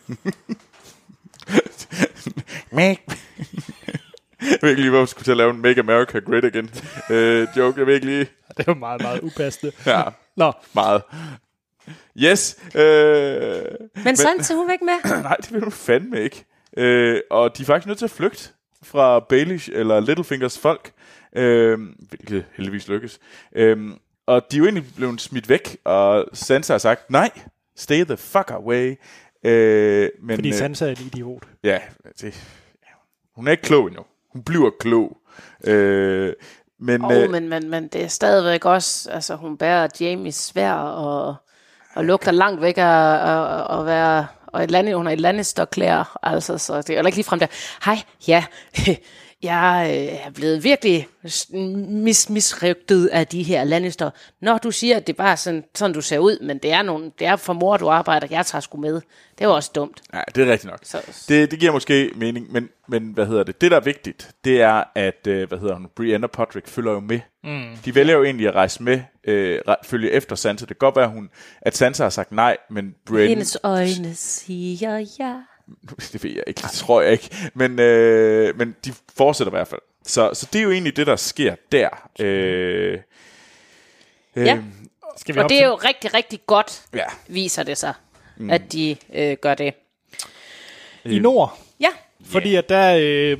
Jeg ved ikke lige, hvorfor jeg skulle til at lave en Make America Great Again øh, joke. Jeg ved ikke lige. Det er jo meget, meget upassende. Ja, Nå. meget. Yes. Øh, Men Sansa, hun er ikke med. nej, det vil hun fandme ikke. Øh, og de er faktisk nødt til at flygte fra Baelish eller Littlefingers folk, øh, hvilket heldigvis lykkes. Øh, og de er jo egentlig blevet smidt væk, og Sansa har sagt, nej, stay the fuck away. Øh, men, Fordi Sansa er en idiot. Øh, ja, det, hun er ikke klog endnu. Hun bliver klog. Øh, men, Oh, øh, men, men, men det er stadigvæk også, altså hun bærer Jaimes sværd og, og lugter langt væk af at, at være, og et lande, hun har et Lannister-klæder, altså, så det er ikke lige frem der. Hej, ja, jeg er blevet virkelig mis, misrygtet af de her Lannister. Når du siger, at det er bare sådan, sådan du ser ud, men det er, nogle, det er for mor, du arbejder, jeg tager sgu med. Det var også dumt. ja, det er rigtigt nok. Så, Det, det giver måske mening, men, men hvad hedder det? Det, der er vigtigt, det er, at, øh, hvad hedder hun, Brienne og Podrick følger jo med. Mm. De vælger jo egentlig at rejse med, øh, følge efter Sansa. Det kan godt være, hun, at Sansa har sagt nej, men Brienne... hendes øjne siger ja. Det ved jeg ikke, det tror jeg ikke. Men, øh, men de fortsætter i hvert fald. Så, så det er jo egentlig det, der sker der. Øh, øh, Ja. Skal vi Og op det er til- jo rigtig, rigtig godt, ja. viser det sig, mm. at de øh, gør det. I nord. Ja, Fordi at der, øh,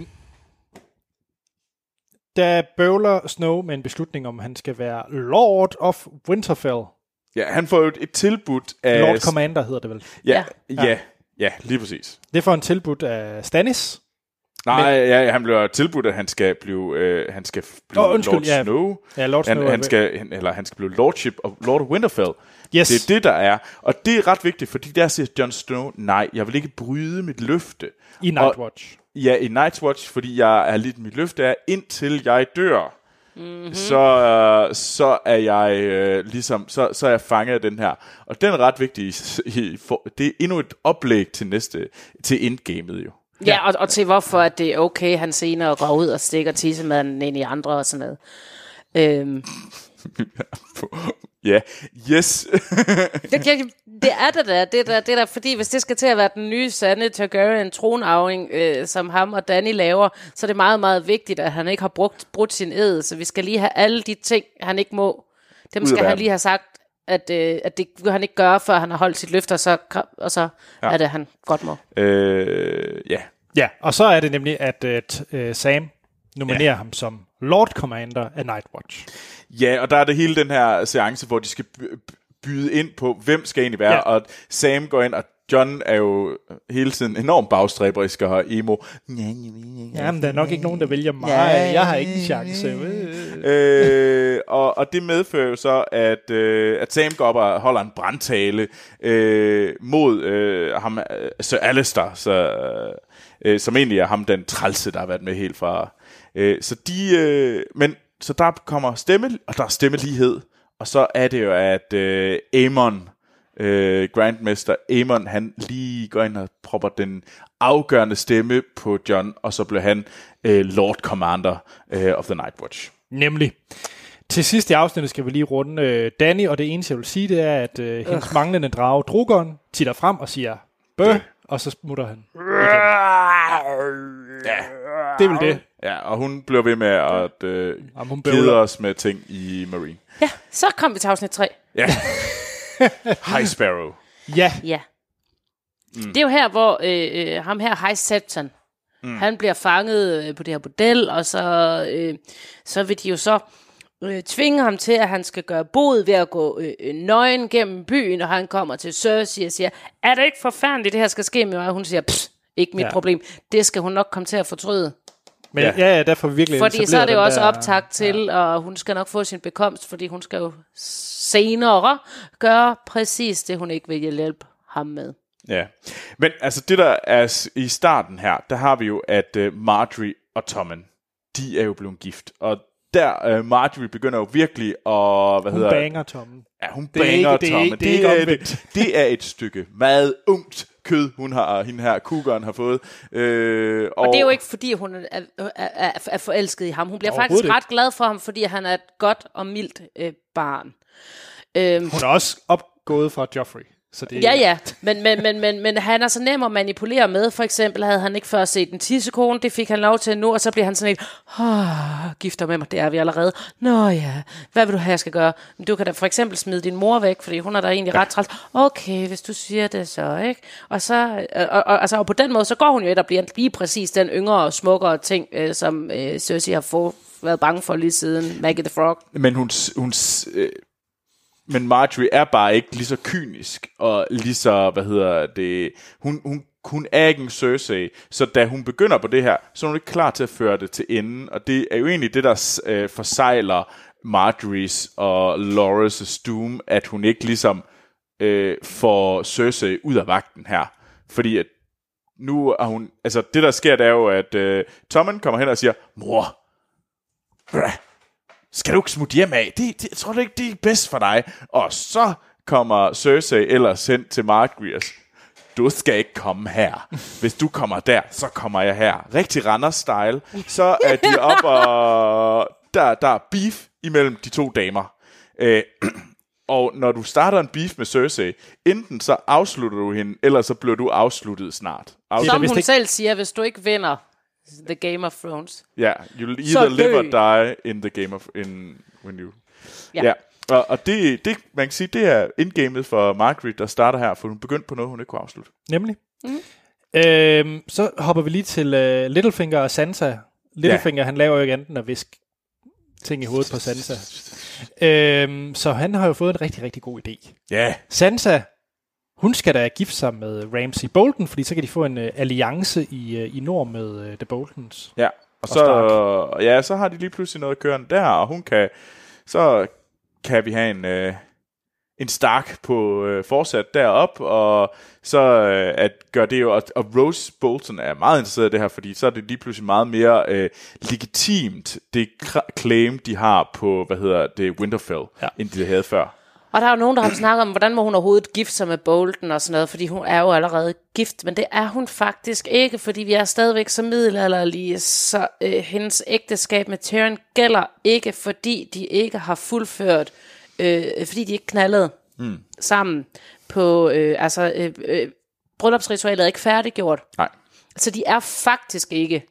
der bøvler Snow med en beslutning om, at han skal være Lord of Winterfell. Ja, han får jo et, et tilbud af... Lord Commander hedder det vel. Ja, Ja. ja, ja, ja, lige præcis. Det får en tilbud af Stannis. Nej, ja, han bliver tilbudt, at han skal blive, øh, han skal blive Åh, undskyld, Lord ja. Snow. Ja, Lord Snow Han, er han væk. skal, han, eller han skal blive Lordship of Lord of Winterfell. Yes. Det er det, der er. Og det er ret vigtigt, fordi der siger Jon Snow, nej, jeg vil ikke bryde mit løfte. I Nightwatch. Og, ja, i Night's Watch, fordi jeg er lidt, mit løfte er, indtil jeg dør, mm-hmm. så, øh, så er jeg øh, ligesom, så, så er jeg fanget af den her. Og den er ret vigtig. I, for, det er endnu et oplæg til næste, til endgamet jo. ja og, og til hvorfor at det er okay, han senere går ud og stikker tissemanden ind i andre og sådan noget. Øhm, Ja, yes. det, det, det er det der, det der, det der, fordi hvis det skal til at være den nye sande Targaryen tronarving, øh, som ham og Dany laver, så er det meget, meget vigtigt, at han ikke har brugt, brudt sin ed, så vi skal lige have alle de ting, han ikke må. Dem Ud af skal han verden. lige have sagt, at, øh, at det vil han ikke gøre, før han har holdt sit løfte, og så, og så Ja. ja. er det, han godt må. øh, ja. Ja, og så er det nemlig, at uh, Sam nominerer ja. ham som Lord Commander af Nightwatch. Ja, og der er det hele den her seance, hvor de skal by- byde ind på, hvem skal egentlig være, Ja. ja. Og Sam går ind, og John er jo hele tiden enormt bagstræberisk og har emo. Jamen, der er nok ikke nogen, der vælger mig. Ja. Jeg har ikke en chance. øh, og, og det medfører jo så, at, øh, at Sam går op og holder en brandtale øh, mod øh, ham, øh, Sir Alistair, så, øh, som egentlig er ham, den trælse, der har været med helt fra. Øh, så de, øh, men så der kommer stemme, og der er stemmelighed, og så er det jo, at øh, Aemon, øh, Grandmaster Aemon, han lige går ind og propper den afgørende stemme på Jon, og så bliver han øh, Lord Commander øh, of the Nightwatch. Nemlig. Til sidst i afsnittet skal vi lige runde øh, Dany, og det eneste, jeg vil sige, det er, at øh, hendes øh. manglende drage, Drogon, titter frem og siger, bøh, og så smutter han. Ja. Det er vel det. Ja, og hun bliver ved med at øh, Jamen, hun kede bøvler. os med ting i Marine. Ja, så kom vi til afsnit tre. Ja. High Sparrow. Ja, Ja. Mm. Det er jo her, hvor øh, øh, ham her, High Septon, mm. han bliver fanget øh, på det her bordel, og så, øh, så vil de jo så øh, tvinge ham til, at han skal gøre bod ved at gå øh, nøgen gennem byen, og han kommer til Cersei og siger, er det ikke forfærdeligt, det her skal ske med mig? Og hun siger, pss, ikke mit Ja. ja. problem. Det skal hun nok komme til at fortryde. men Ja. ja, ja derfor vi virkelig Fordi så er etableret det jo den også der- optakt til, ja. Og hun skal nok få sin bekomst, fordi hun skal jo senere gøre præcis det, hun ikke vil hjælpe ham med. Ja, men altså det der er i starten her, der har vi jo, at uh, Marjorie og Tommen, de er jo blevet gift, og der uh, Marjorie begynder jo virkelig at, hvad hun hedder banger Tommen. Ja, hun det banger ikke, Tommen. Det, det, det, det, det, det, det er et stykke meget ungt kød, hun har, hende her, Cougaren har fået. Øh, og, og det er jo ikke, fordi hun er, er, er, er forelsket i ham. Hun bliver faktisk ret glad for ham, fordi han er et godt og mildt øh, barn. Øhm, hun er også opgået fra Joffrey. Så det ja, ja, men, men, men, men, men han er så nem at manipulere med. For eksempel havde han ikke før set en tissekone, det fik han lov til nu, og så bliver han sådan et, åh, gifter med mig, det er vi allerede. Nå ja, hvad vil du have, jeg skal gøre? Du kan da for eksempel smide din mor væk, fordi hun er da egentlig ret træls. Okay, hvis du siger det så, ikke? Og så, og, og, altså, og på den måde, så går hun jo et og bliver lige præcis den yngre og smukkere ting, øh, som øh, Cersei har få, været bange for lige siden Maggie the Frog. Men hun... hun øh Men Marjorie er bare ikke lige så kynisk, og lige så, hvad hedder det, hun, hun, hun er ikke en Cersei, så da hun begynder på det her, så er hun ikke klar til at føre det til enden, og det er jo egentlig det, der øh, forsejler Marjories og Loras' doom, at hun ikke ligesom øh, får Cersei ud af vagten her, fordi at nu er hun, altså det der sker, det er jo, at øh, Tommen kommer hen og siger, mor, bræh, skal du ikke smutte hjem af? Det, det, jeg tror ikke, det er bedst for dig. Og så kommer Cersei ellers hen til Margaery. Du skal ikke komme her. Hvis du kommer der, så kommer jeg her. Rigtig Randers-style. Så er de op og... Der, der er beef imellem de to damer. Øh, og når du starter en beef med Cersei, enten så afslutter du hende, eller så bliver du afsluttet snart. Afslut. Som hun selv siger, hvis du ikke vinder The Game of Thrones. Ja, yeah, you'll either live or die in the game of in when you. Ja. Yeah. Og, og det, det man kan sige, det er endgamet for Margaery, der starter her, for hun begyndte på noget, hun ikke kunne afslutte. Nemlig. Mm. Øhm, så hopper vi lige til uh, Littlefinger og Sansa. Littlefinger, yeah. han laver jo ikke enten at viske ting i hovedet på Sansa. øhm, så han har jo fået en rigtig, rigtig god idé. Ja. Yeah. Sansa, hun skal da gifte sig med Ramsay Bolton, fordi så kan de få en uh, alliance i, uh, i nord med uh, The Boltons. Ja, og, og så, ja, så har de lige pludselig noget kørende der, og hun kan, så kan vi have en, uh, en Stark på uh, fortsat derop, og så uh, at gør det jo, og, og Rose Bolton er meget interesseret i det her, fordi så er det lige pludselig meget mere uh, legitimt, det claim, de har på, hvad hedder det, Winterfell, ja. End de havde før. Og der er jo nogen, der har snakket om, hvordan må hun overhovedet gifte sig med Bolton og sådan noget, fordi hun er jo allerede gift, men det er hun faktisk ikke, fordi vi er stadigvæk så middelalderlige, så øh, hendes ægteskab med Tyrion gælder ikke, fordi de ikke har fuldført, øh, fordi de ikke knaldede mm. sammen på, øh, altså øh, øh, bryllupsritualet er ikke færdiggjort. Nej. Så de er faktisk ikke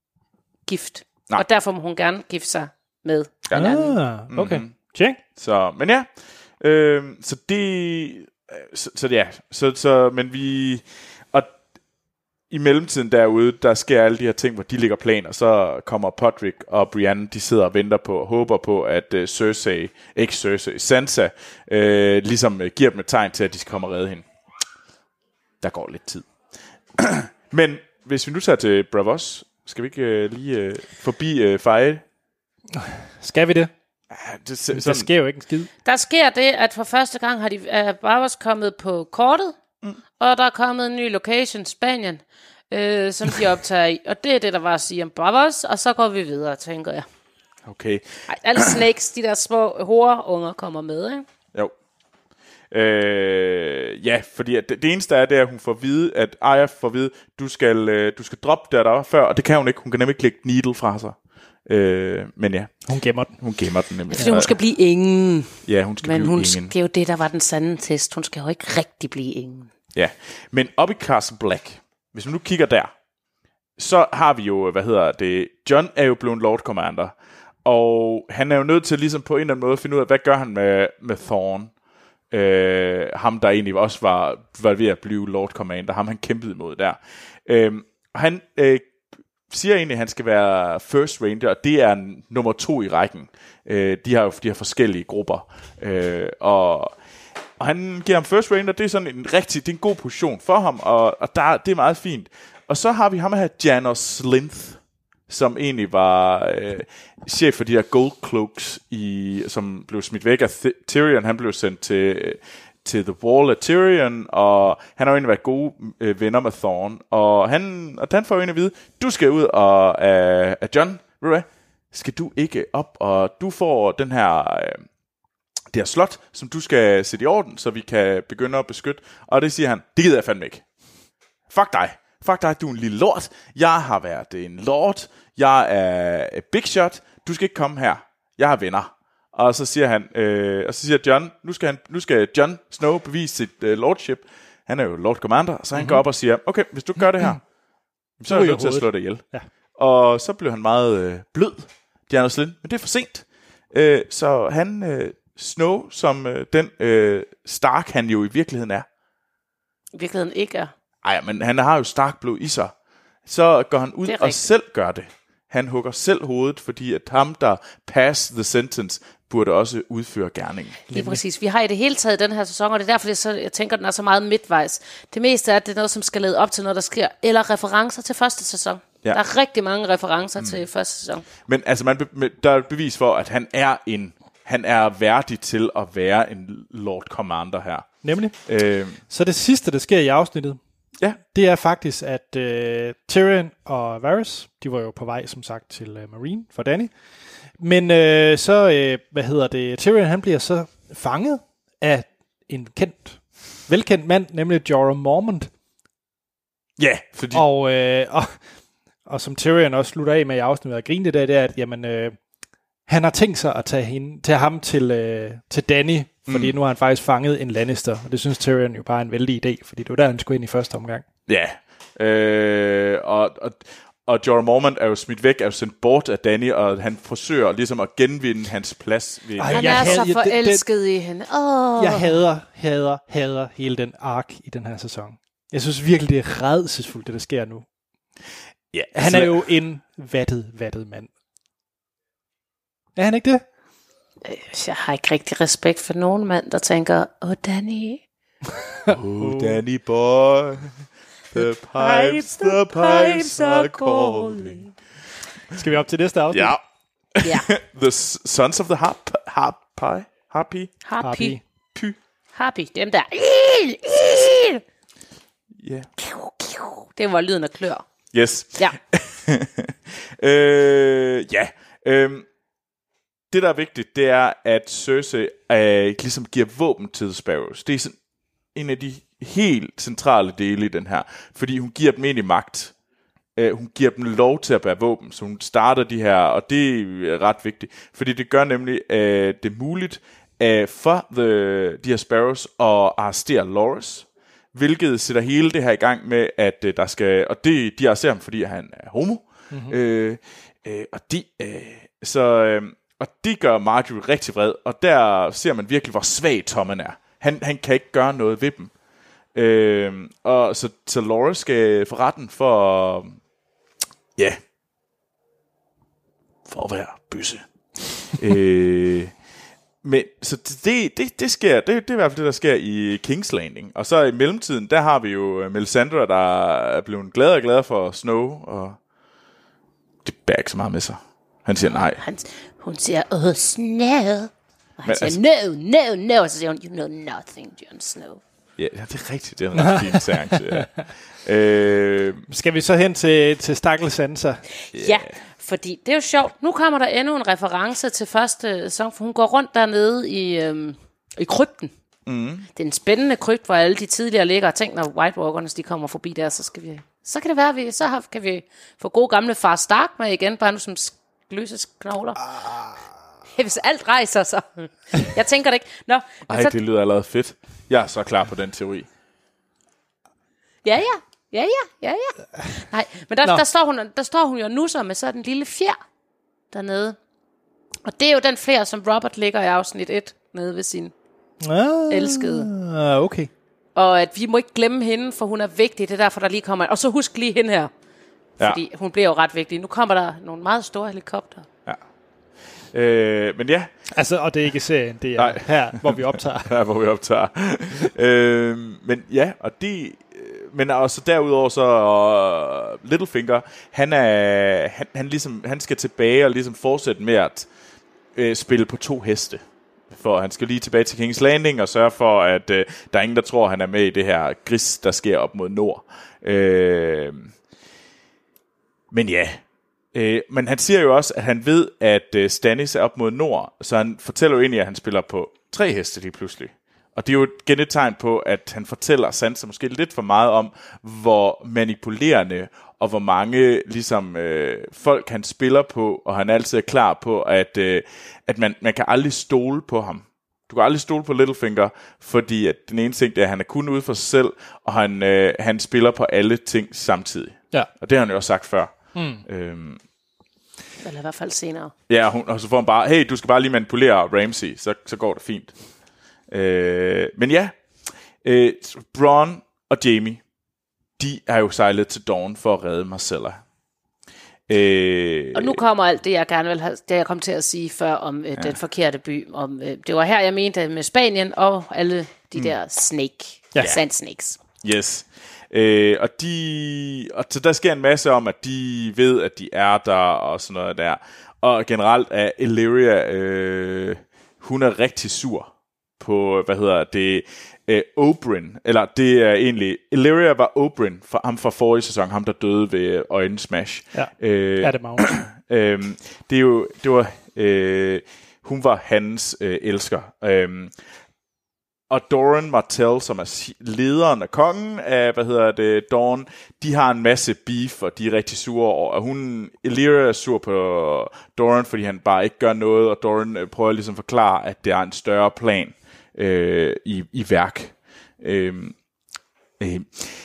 gift, Nej. og derfor må hun gerne gifte sig med ja. hinanden. Ah, okay. Mm-hmm. Check. Så, men ja, øh, så det, så, så ja, så, så, men vi, og i mellemtiden derude, der sker alle de her ting, hvor de ligger planer, så kommer Podrick og Brienne, de sidder og venter på, og håber på, at uh, Cersei, ikke Cersei, Sansa, øh, ligesom uh, giver dem et tegn til, at de skal komme og redde hende. Der går lidt tid. Men hvis vi nu tager til Braavos, skal vi ikke uh, lige uh, forbi uh, Feje? Skal vi det? Ja, det sådan. Der sker jo ikke en skid. Der sker det, at for første gang har de uh, Braavos kommet på kortet, mm. og der er kommet en ny location, Spanien, øh, som de optager i. Og det er det, der var at sige om Braavos, og så går vi videre, tænker jeg. Okay. Ej, alle snakes, de der små horeunger kommer med, ikke? Jo. Øh, ja, fordi at det, det eneste er, det er, at hun får at vide, at Arya får at vide, du skal, øh, du skal droppe der, der var før, og det kan hun ikke. Hun kan nemlig ikke lægge needle fra sig. Øh, men ja. Hun gemmer den. Hun gemmer den nemlig. Fordi hun skal blive ingen. Ja, hun skal men blive hun, ingen. det er jo det, der var den sande test. Hun skal jo ikke rigtig blive ingen. Ja, men op i Castle Black, hvis vi nu kigger der, så har vi jo, hvad hedder det, Jon er jo blevet Lord Commander, og han er jo nødt til ligesom på en eller anden måde at finde ud af, hvad gør han med, med Thorne, øh, ham der egentlig også var, var ved at blive Lord Commander, ham han kæmpede imod der. Øh, han øh, siger egentlig, at han skal være First Ranger, og det er nummer to i rækken. Øh, de har jo de har forskellige grupper, øh, og Og han giver ham First Ranger, det er sådan en rigtig, det er en god position for ham, og, og der, det er meget fint. Og så har vi ham her, Janos Slynt, som egentlig var øh, chef for de der Gold Cloaks, i, som blev smidt væk af Tyrion. Han blev sendt til, til The Wall af Tyrion, og han har jo egentlig været gode øh, venner med Thorne, og han, og han får jo egentlig at vide, du skal ud og af uh, uh, Jon, ved du hvad, skal du ikke op, og du får den her, øh, det her slot, som du skal sætte i orden, så vi kan begynde at beskytte, og det siger han, det gider jeg fandme ikke. Fuck dig. Fuck dig, du er en lille lord. Jeg har været en lord. Jeg er big shot. Du skal ikke komme her. Jeg har venner. Og så siger han, øh, og så siger Jon, nu skal han, nu skal Jon Snow bevise sit øh, lordship. Han er jo Lord Commander, så han mm-hmm. går op og siger, okay, hvis du gør det her, mm-hmm. så er jeg nødt til at slå dig ihjel. Ja. Og så blev han meget øh, blød, Diana Slynn, men det er for sent. Øh, så han, øh, Snow, som øh, den øh, Stark, han jo i virkeligheden er. I virkeligheden ikke er. Ej, men han har jo Stark blod i sig. Så går han ud og selv gør det. Han hugger selv hovedet, fordi at ham, der pass the sentence, burde også udføre gerningen. Lige præcis. Vi har i det hele taget den her sæson, og det er derfor, det så, jeg tænker, den er så meget midtvejs. Det meste er, at det er noget, som skal lede op til noget, der sker, eller referencer til første sæson. Ja. Der er rigtig mange referencer mm. til første sæson. Men altså, man be- der er et bevis for, at han er en, han er værdig til at være en Lord Commander her. Nemlig. Øh, så det sidste, der sker i afsnittet, ja, det er faktisk, at uh, Tyrion og Varys, de var jo på vej, som sagt, til uh, Marine for Dany. Men uh, så, uh, hvad hedder det, Tyrion, han bliver så fanget af en kendt, velkendt mand, nemlig Jorah Mormont. Ja, fordi... Og, uh, og, og som Tyrion også slutter af med i afsnittet og griner det, det er, at jamen, uh, han har tænkt sig at tage, hende, tage ham til, uh, til Dany, fordi mm. nu har han faktisk fanget en Lannister, og det synes Tyrion jo bare er en vældig idé, fordi det var der, han skulle ind i første omgang. Ja, øh, og, og, og Jorah Mormont er jo smidt væk, er jo sendt bort af Dany, og han forsøger ligesom at genvinde hans plads. Ved Ej, han er havde, så forelsket det, det, i hende. Oh. Jeg hader, hader, hader hele den ark i den her sæson. Jeg synes virkelig, det er rædselsfuldt, det der sker nu. Ja, han er jo en vattet, vattet mand. Er han ikke det? Jeg har ikke rigtig respekt for nogen mand, der tænker, åh, oh, Dany. Oh, Dany boy. The pipes, the pipes are calling. Skal vi op til næste afsnit? Ja. Ja. The Sons of the Harp, Harpy. Harpy. Harpy. Py. Harpy. Dem der. Ja. Yeah. Det var lyden af klør. Yes. Ja. øh, ja. Øhm. Det, der er vigtigt, det er, at Cersei øh, ligesom giver våben til The Sparrows. Det er sådan en af de helt centrale dele i den her. Fordi hun giver dem egentlig magt. Øh, hun giver dem lov til at bære våben. Så hun starter de her, og det er ret vigtigt. Fordi det gør nemlig øh, det er muligt øh, for the, de her Sparrows at arrestere Loras. Hvilket sætter hele det her i gang med, at øh, der skal... Og det, de arresterer ham, fordi han er homo. Mm-hmm. Øh, øh, og de... Øh, så... Øh, Og det gør Marjorie rigtig vred, og der ser man virkelig, hvor svag Tommen er. Han, han kan ikke gøre noget ved dem. Øh, og så, så Laura skal for retten for... Ja. For at være bøsse. øh, men så det, det, det sker, det, det er i hvert fald det, der sker i King's Landing. Og så i mellemtiden, der har vi jo Melisandre, der er blevet glad og glad for Snow, og det bærer ikke så meget med sig. Han siger nej. Han, hun siger, åh, Snow. Og han Men, siger, altså, no, no, no. Og så siger hun, you know nothing, Jon Snow. Ja, det er rigtigt. Det er en ret fin seance. Ja. øh, Skal vi så hen til, til Stakkels Sansa? Yeah. Ja, fordi det er jo sjovt. Nu kommer der endnu en reference til første sæson, for hun går rundt dernede i, øhm, i krypten. Mm. Det er en spændende krypt, hvor alle de tidligere ligger og tænker, når White Walkers de kommer forbi der, så skal vi... Så kan det være, at vi, så har, kan vi få gode gamle far Stark med igen, bare nu som løse knogler. Ah. Hvis alt rejser sig. Jeg tænker det ikke. Nå, Ej, så... det lyder allerede fedt. Jeg er så klar på den teori. Ja, ja. Ja, ja. Ja, ja. Nej, men der, der, står hun, der står hun jo nu så med sådan en lille fjer dernede. Og det er jo den fjer, som Robert ligger i afsnit et nede ved sin ah, elskede. Okay. Og at vi må ikke glemme hende, for hun er vigtig. Det er derfor, der lige kommer... Og så husk lige hende her. Fordi ja. Hun bliver jo ret vigtig. Nu kommer der nogle meget store helikopter. Ja. Øh, men ja. Altså, og det er ikke serien, det er Nej. Her, hvor vi optager. Her, hvor vi optager. øh, men ja, og de... Men også derudover så uh, Littlefinger, han er... Han, han, ligesom, han skal tilbage og ligesom fortsætte med at øh, spille på to heste. for han skal lige tilbage til King's Landing og sørge for, at øh, der er ingen, der tror, han er med i det her gris, der sker op mod nord. Øh, men ja, øh, men han siger jo også, at han ved, at øh, Stannis er op mod nord, så han fortæller jo egentlig, at han spiller på tre heste lige pludselig. Og det er jo igen et tegn på, at han fortæller Sansa måske lidt for meget om, hvor manipulerende og hvor mange ligesom, øh, folk han spiller på, og han altid er klar på, at, øh, at man, man kan aldrig stole på ham. Du kan aldrig stole på Littlefinger, fordi at den ene ting det er, at han er kun ude for sig selv, og han, øh, han spiller på alle ting samtidig. Ja. Og det har han jo også sagt før. Mm. Øhm, Eller i hvert fald senere. ja, hun, og så får han bare, hey, du skal bare lige manipulere Ramsay, så, så går det fint. Øh, men ja, øh, Bronn og Jaime, de er jo sejlet til Dawn for at redde Myrcella. Øh, og nu kommer alt det, jeg gerne vil have, det jeg kom til at sige før om øh, ja. den forkerte by. Om, øh, det var her, jeg mente med Spanien og alle de mm. der snake, ja. sand snakes. Yes. Øh, og de, og så der sker en masse om, at de ved, at de er der og sådan noget der. Og generelt er Illyria, øh, hun er rigtig sur på, hvad hedder det, øh, Oberyn, eller det er egentlig, Illyria var Oberyn, for ham fra forrige sæson, ham der døde ved øjensmash. Ja, øh, er det Mount. øh, det er jo, det var, øh, hun var hans øh, elsker. Øh, og Doran Martell, som er lederen af kongen af, hvad hedder det, Dawn, de har en masse beef, og de er rigtig sure over, og hun, Illyria er sur på Doran, fordi han bare ikke gør noget, og Doran øh, prøver ligesom at forklare, at det er en større plan øh, i, i værk. Øh, øh,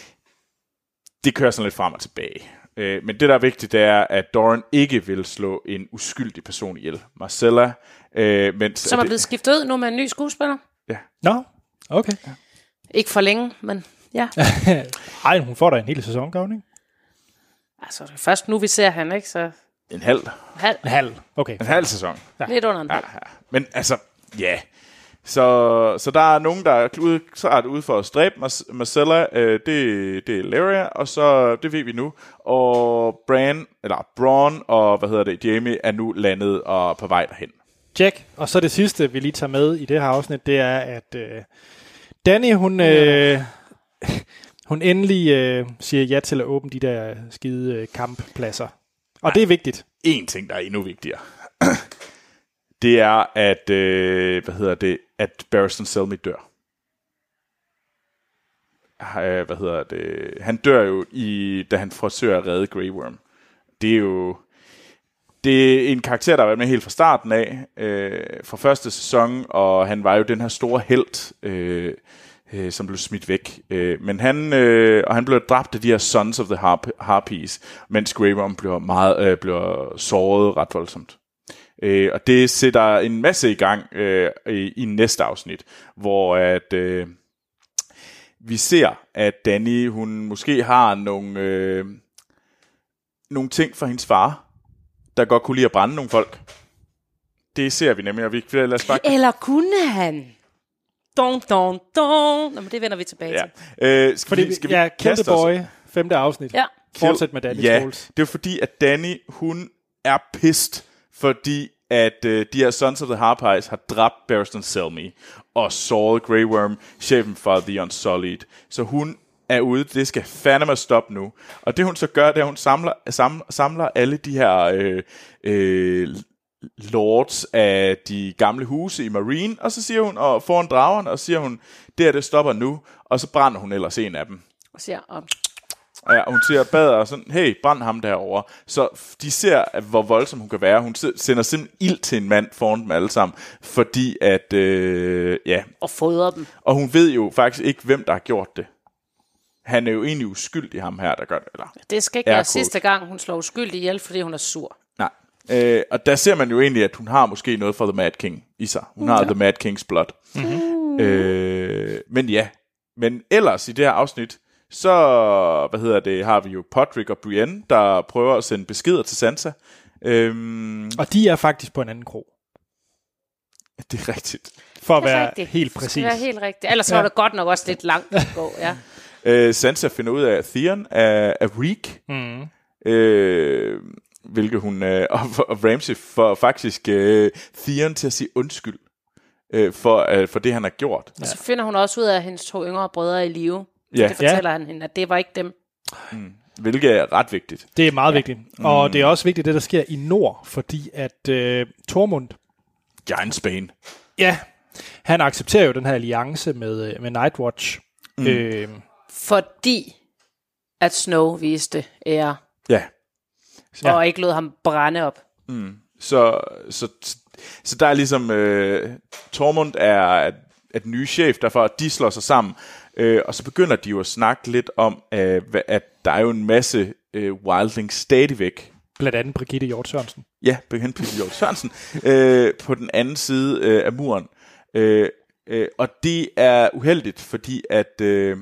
det kører sådan lidt frem og tilbage. Øh, men det, der er vigtigt, det er, at Doran ikke vil slå en uskyldig person ihjel. Myrcella. Øh, mens, som er blevet det, skiftet ud nu med en ny skuespiller. Ja. Nå, okay. Ja. Ikke for længe, men ja. Ej, hun får da en hel sæson, gør hun ikke? Altså, det er først nu, vi ser han, ikke? Så en halv. halv. En halv, okay. En halv sæson. Ja. Lidt under en halv. Ja, ja. Men altså, ja. Så, så der er nogen, der er ude, så er det ude for at stræbe Myrcella, øh, det, det er Illyria, og så, det ved vi nu, og Bran, eller Bronn og, hvad hedder det, Jaime er nu landet og på vej derhen. Check. Og så det sidste, vi lige tager med i det her afsnit, det er, at øh, Dany, hun, øh, hun endelig øh, siger ja til at åbne de der skide øh, kamppladser. Og Nej. Det er vigtigt. En ting, der er endnu vigtigere. Det er, at, øh, hvad hedder det, at Barristan Selmy dør. Øh, hvad hedder det? Han dør jo, i, da han forsøger at redde Grey Worm. Det er jo det er en karakter, der har været med helt fra starten af, øh, fra første sæson, og han var jo den her store helt, øh, øh, som blev smidt væk. Øh, men han, øh, og han blev dræbt af de her Sons of the Harp- Harpies, mens Grey Worm blev, meget, øh, blev såret ret voldsomt. Øh, og det sætter en masse i gang øh, i, i næste afsnit, hvor at, øh, vi ser, at Dany, hun måske har nogle, øh, nogle ting fra hendes far, der godt kunne lide at brænde nogle folk. Det ser vi nemlig, og vi lad os bare... Eller kunne han? Dun, dun, dun. Nå, men det vender vi tilbage ja. til. Øh, skal fordi, vi, skal vi ja, Kill the Boy, femte afsnit. Ja. Fortsæt med Dany ja, Trolls. det er fordi, at Dany, hun er pissed, fordi at øh, de her Sons of the Harpies har dræbt Barristan Selmy og såret Grey Worm, chefen for The Unsullied. Så hun er ude, det skal fandeme stoppe nu. Og det hun så gør, det er, at hun samler, samler, samler alle de her øh, øh, lords af de gamle huse i Marine, og så siger hun, og foran dragerne, og siger hun, det her, det stopper nu, og så brænder hun ellers en af dem. Og siger, om. Ja, hun siger bader og sådan, hey, brænd ham derovre. Så de ser, hvor voldsom hun kan være. Hun sender simpelthen ild til en mand foran dem alle sammen, fordi at, øh, ja. Og fodrer dem. Og hun ved jo faktisk ikke, hvem der har gjort det. Han er jo egentlig uskyldig, ham her, der gør det. Eller? Det skal ikke være sidste gang, hun slår uskyldig ihjel, fordi hun er sur. Nej. Øh, og der ser man jo egentlig, at hun har måske noget for The Mad King i sig. Hun har ja. The Mad King's blood. Mm-hmm. Øh, men ja. Men ellers i det her afsnit, så, hvad hedder det, har vi jo Podrick og Brienne, der prøver at sende beskeder til Sansa. Øhm, og de er faktisk på en anden krog. Det er rigtigt. For at være rigtigt. Helt præcis. Det er helt rigtigt. Ellers ja. var det godt nok også lidt langt at gå, ja. øh, Sansa finder ud af, at Theon er, er Reek. Mm. Øh, hvilket hun, øh, og, og Ramsay får faktisk øh, Theon til at sige undskyld. øh, for, øh, for det, han har gjort. Og så finder hun også ud af, at hendes to yngre brødre er i live. Ja. Det fortæller ja. han hende, at det var ikke dem. Mm. Hvilket er ret vigtigt. Det er meget ja. vigtigt. Og Mm. det er også vigtigt, det der sker i nord, fordi at øh, Tormund, Giantsbane. ja, han accepterer jo den her alliance med, med Nightwatch. Mm. Øh, Fordi at Snow viste ære. Ja. Ja. Og ikke lod ham brænde op. Mm. Så, så, så der er ligesom øh, Tormund er, er den nye chef, derfor de slår sig sammen. Øh, og så begynder de jo at snakke lidt om, øh, at der er jo en masse øh, wildlings stadigvæk. Blandt andet Brigitte Hjort Sørensen. Ja, Brigitte Hjort Sørensen. øh, på den anden side øh, af muren. Øh, øh, og det er uheldigt, fordi at øh,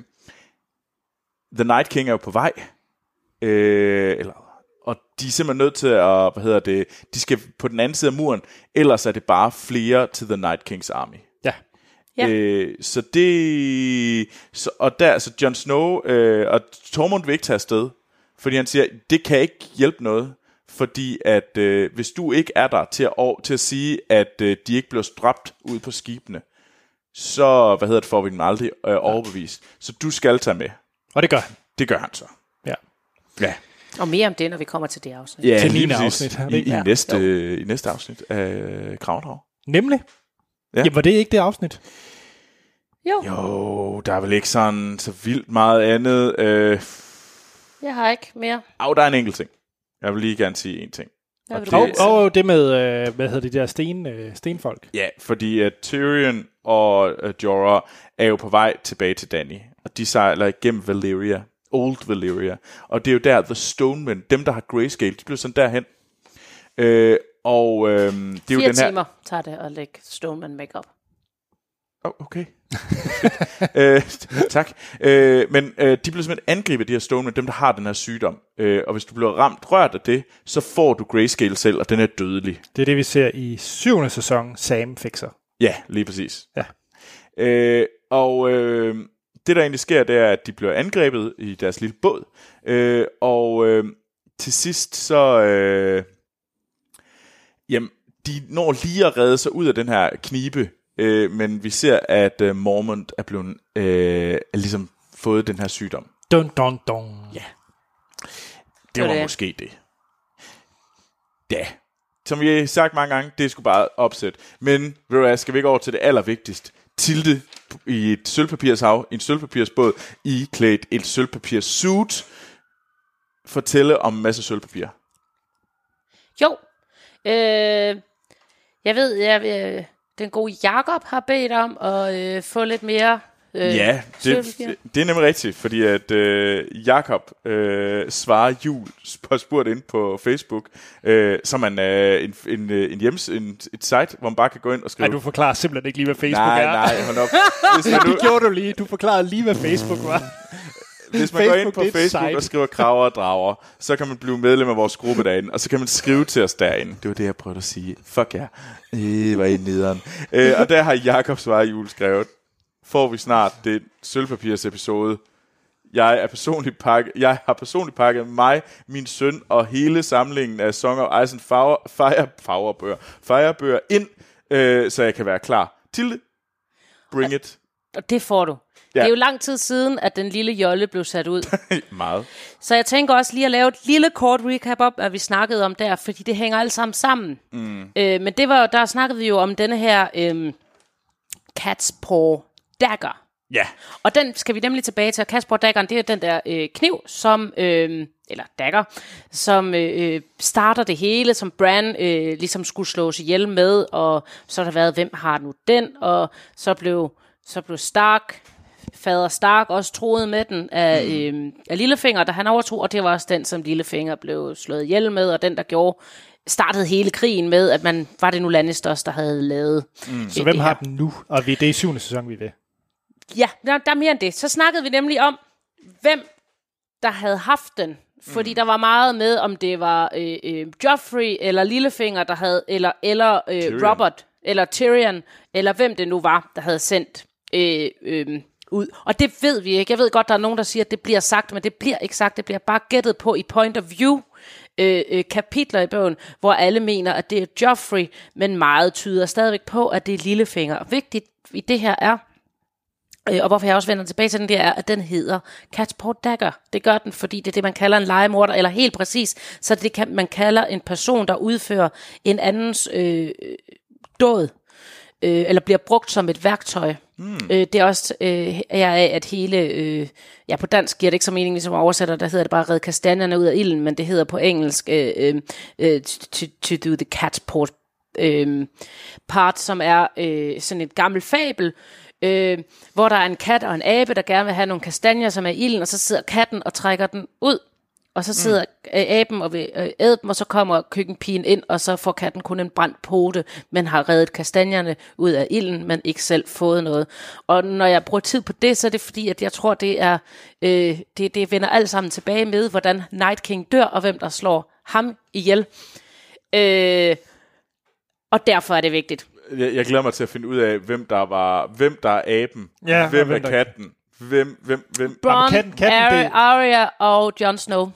The Night King er jo på vej. Øh, eller, og de er simpelthen nødt til at, hvad hedder det, de skal på den anden side af muren, ellers er det bare flere til The Night Kings army. Ja. Ja. Øh, så det, så, og der, så Jon Snow, øh, og Tormund vil ikke tage afsted, fordi han siger, det kan ikke hjælpe noget, fordi at øh, hvis du ikke er der til at, til at sige, at øh, de ikke bliver dræbt ud på skibene, så, hvad hedder det, får vi dem aldrig øh, overbevist. Så du skal tage med. Og det gør han. Det gør han så. Ja. Ja. Og mere om det, når vi kommer til det afsnit. Ja, til lige niende præcis. afsnit. I, i, Ja. næste, øh, I næste afsnit af Kravendrag. Nemlig. Ja. Ja. Jamen, var det ikke det afsnit? Jo, Jo, der er vel ikke sådan så vildt meget andet. Øh, jeg har ikke mere. Au, der er en enkelt ting. Jeg vil lige gerne sige en ting. Hvad vil Og du Og det- gerne oh, sige? oh, det med, øh, hvad hedder det der sten, øh, stenfolk. Ja, fordi at Tyrion og uh, Jorah er jo på vej tilbage til Dany. Og de sejler igennem Valyria. Old Valyria. Og det er jo der, The Stonemen, dem der har Grayscale, de blev sådan derhen. Øh, og øh, det er jo Fire den her... timer tager det at lægge Stoneman makeup. Oh, okay. øh, tak. Øh, men øh, de bliver simpelthen angrebet, de her Stonemen, dem der har den her sygdom. Øh, og hvis du bliver ramt, rørt af det, så får du Grayscale selv, og den er dødelig. Det er det, vi ser i syvende sæson, Sam fikser. Ja, lige præcis. Ja. Øh, og øh, det der egentlig sker, det er, at de bliver angrebet i deres lille båd. Øh, og øh, til sidst så... Øh, jamen, de når lige at redde sig ud af den her knibe, øh, men vi ser, at øh, Mormont er blevet øh, er ligesom fået den her sygdom. Dun, dun, dun. Ja. Det var var det. måske det. Ja. Som vi har sagt mange gange, det er sgu bare opsæt. Men ved du hvad, skal vi ikke over til det allervigtigste? Tilde i et sølvpapirshav, i en sølvpapirsbåd, i klædt et sølvpapirssuit, fortælle om en masse sølvpapir. Jo, øh, jeg ved, jeg, øh, den gode Jakob har bedt om at øh, få lidt mere øh, Ja, sølvpapir. det, det er nemlig rigtigt, fordi at øh, Jakob øh, svarer Jul på spurgt ind på Facebook, øh, som man øh, en, en, en hjems, en, et site, hvor man bare kan gå ind og skrive. Ej, du forklarer simpelthen ikke lige, hvad Facebook nej, er. nej, hold op. Hvis man nu, Det gjorde du lige. Du forklarede lige, hvad Facebook var. hvis man går ind Facebook, på det er et Facebook site. og skriver kraver og drager, så kan man blive medlem af vores gruppe derinde, og så kan man skrive til os derinde. Det var det, jeg prøvede at sige. Fuck ja. Yeah. Øh, var I nederen. øh, og der har Jakob svaret Jul skrevet, får vi snart det sølvpapirs episode. Jeg er personligt pakket, jeg har personligt pakket mig, min søn og hele samlingen af Song of Ice and Fire, Fire, Firebøger, Firebøger ind, øh, så jeg kan være klar til det. Bring it. Og det får du. Ja. Det er jo lang tid siden, at den lille jolle blev sat ud. Meget. Så jeg tænker også lige at lave et lille kort recap op, hvad vi snakkede om der, fordi det hænger alt sammen sammen. Mm. Øh, men det var jo, der snakkede vi jo om denne her øh, Cat's Paw Dagger. Ja. Og den skal vi nemlig tilbage til. Cat's Paw Daggeren, det er den der øh, kniv, som, øh, eller dagger, som øh, starter det hele, som Bran øh, ligesom skulle slås ihjel med, og så har der været, hvem har nu den, og så blev, så blev Stark, fader Stark også troet med den af, mm. øh, af Littlefinger, da han overtog, og det var også den, som Littlefinger blev slået ihjel med, og den, der gjorde, startede hele krigen med, at man, var det nu Lannisters, der havde lavet mm. Så hvem har den nu? Og vi, det er i syvende sæson, vi er ved. Ja, der, der er mere end det. Så snakkede vi nemlig om, hvem der havde haft den. Fordi mm. der var meget med, om det var øh, øh, Joffrey eller Littlefinger, der havde, eller, eller øh, Robert, eller Tyrion, eller hvem det nu var, der havde sendt øh, øh, ud. Og det ved vi ikke. Jeg ved godt, der er nogen, der siger, at det bliver sagt, men det bliver ikke sagt. Det bliver bare gættet på i point of view. øh, øh, kapitler i bogen, hvor alle mener, at det er Joffrey, men meget tyder stadigvæk på, at det er Littlefinger. Og vigtigt i det her er, og hvorfor jeg også vender tilbage til den, det er, at den hedder Catsport Dagger. Det gør den, fordi det er det, man kalder en legemorder, eller helt præcis, så det kan, man kalder en person, der udfører en andens øh, dåd, øh, eller bliver brugt som et værktøj. Mm. Øh, det er også øh, jeg af, at hele, øh, ja på dansk giver det ikke så mening, ligesom oversætter, der hedder det bare redde kastanjerne ud af ilden, men det hedder på engelsk øh, øh, to, to do the catsport øh, part, som er øh, sådan et gammelt fabel, Øh, hvor der er en kat og en abe, der gerne vil have nogle kastanjer, som er i ilden, og så sidder katten og trækker den ud, og så sidder mm. aben og vil øh, æde dem, og så kommer køkkenpigen ind, og så får katten kun en brændt pote, men har reddet kastanjerne ud af ilden, men ikke selv fået noget. Og når jeg bruger tid på det, så er det fordi, at jeg tror, det er øh, det, det vender alt sammen tilbage med, hvordan Night King dør, og hvem der slår ham ihjel. Øh, og derfor er det vigtigt. Jeg, jeg glæder mig til at finde ud af, hvem der var, hvem der er aben, ja, hvem, hvem er er katten, hvem, hvem, hvem... Bronn, katten, katten, Arya, det... Arya og Jon Snow.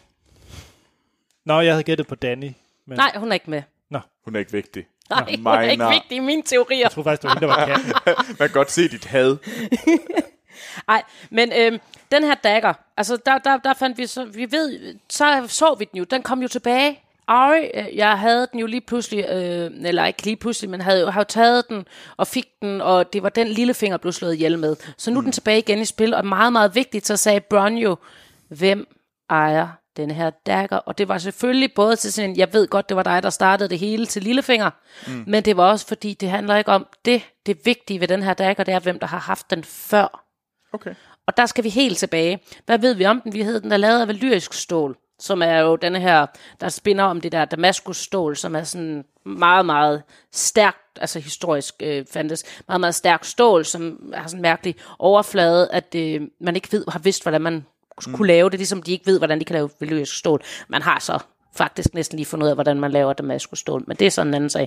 Nå, jeg havde gættet på Dany. Men... Nej, hun er ikke med. Nå. Hun er ikke vigtig. Nej, hun er ikke vigtig i mine teorier. Jeg tror faktisk, det var hende, der var katten. Man kan godt se dit had. Nej, men øhm, den her dagger, altså der, der, der fandt vi så, vi ved, så så vi den jo, den kom jo tilbage. Ari, jeg havde den jo lige pludselig, øh, eller ikke lige pludselig, men havde jo havde taget den og fik den, og det var den Littlefinger blev slået ihjel med. Så nu er den tilbage igen i spil, og meget, meget vigtigt, så sagde Bronn jo, hvem ejer denne her dagger? Og det var selvfølgelig både til sådan en, jeg ved godt, det var dig, der startede det hele til Littlefinger, mm. men det var også fordi, det handler ikke om det. Det vigtige ved den her dagger, det er, hvem der har haft den før. Okay. Og der skal vi helt tilbage. Hvad ved vi om den? Vi hed den, der lavet af valyrisk stål, som er jo denne her, der spinder om det der Damaskus-stål, som er sådan meget, meget stærkt, altså historisk øh, fandtes, meget, meget stærk stål, som har sådan en mærkelig overflade, at øh, man ikke ved, har vidst, hvordan man mm. kunne lave det, ligesom de ikke ved, hvordan de kan lave valyrisk stål. Man har så faktisk næsten lige fundet ud af, hvordan man laver Damaskus-stål, men det er sådan en anden sag.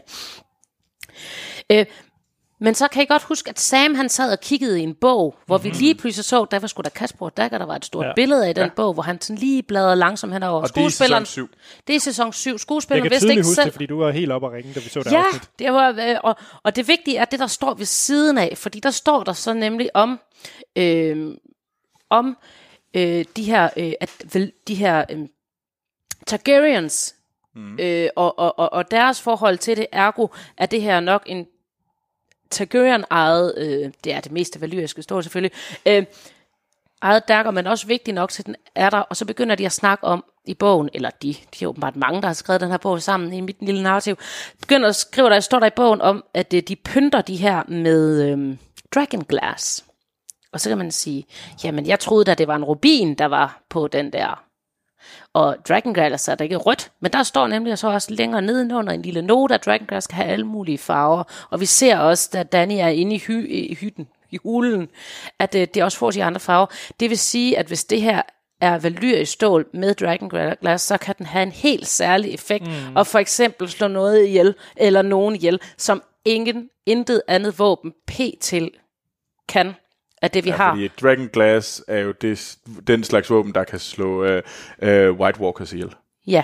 Øh, Men så kan jeg godt huske, at Sam han sad og kiggede i en bog, hvor mm-hmm. vi lige pludselig så, der var sgu da Catsport Dagger, der var et stort ja. billede af den ja. bog, hvor han sådan lige bladrede langsomt hen over. Og det er i sæson syv. Det er sæson syv. Skuespilleren vidste ikke selv. huske det, fordi du var helt oppe at ringe, da vi så det ja, afsnit. det var, øh, og, og det vigtige er det, der står ved siden af, fordi der står der så nemlig om, øh, om øh, de her, øh, at, de her øh, Targaryens, mm. øh, og, og, og, og deres forhold til det, ergo er det her nok en Targaryen ejet, øh, det er det meste valyriske stål selvfølgelig, øh, ejet dagger, men også vigtigt nok til den er der, og så begynder de at snakke om i bogen, eller de, de er åbenbart mange, der har skrevet den her bog sammen i mit lille narrativ, begynder at skrive, der står der i bogen om, at øh, de pynter de her med øh, dragonglass. Og så kan man sige, jamen jeg troede da, det var en rubin, der var på den der. Og dragonglass er der ikke rødt, men der står nemlig så også længere nedenunder en lille note, at dragonglass kan have alle mulige farver. Og vi ser også, da Dany er inde i, hy- i hytten, i hulen, at øh, det også får de andre farver. Det vil sige, at hvis det her er valyrisk stål med dragonglass, så kan den have en helt særlig effekt, mm. og for eksempel slå noget ihjel, eller nogen ihjel, som ingen, intet andet våben pt. Kan. Af det vi ja, har. Fordi dragonglass er jo det, den slags våben, der kan slå øh, øh, White Walkers ihjel. Ja.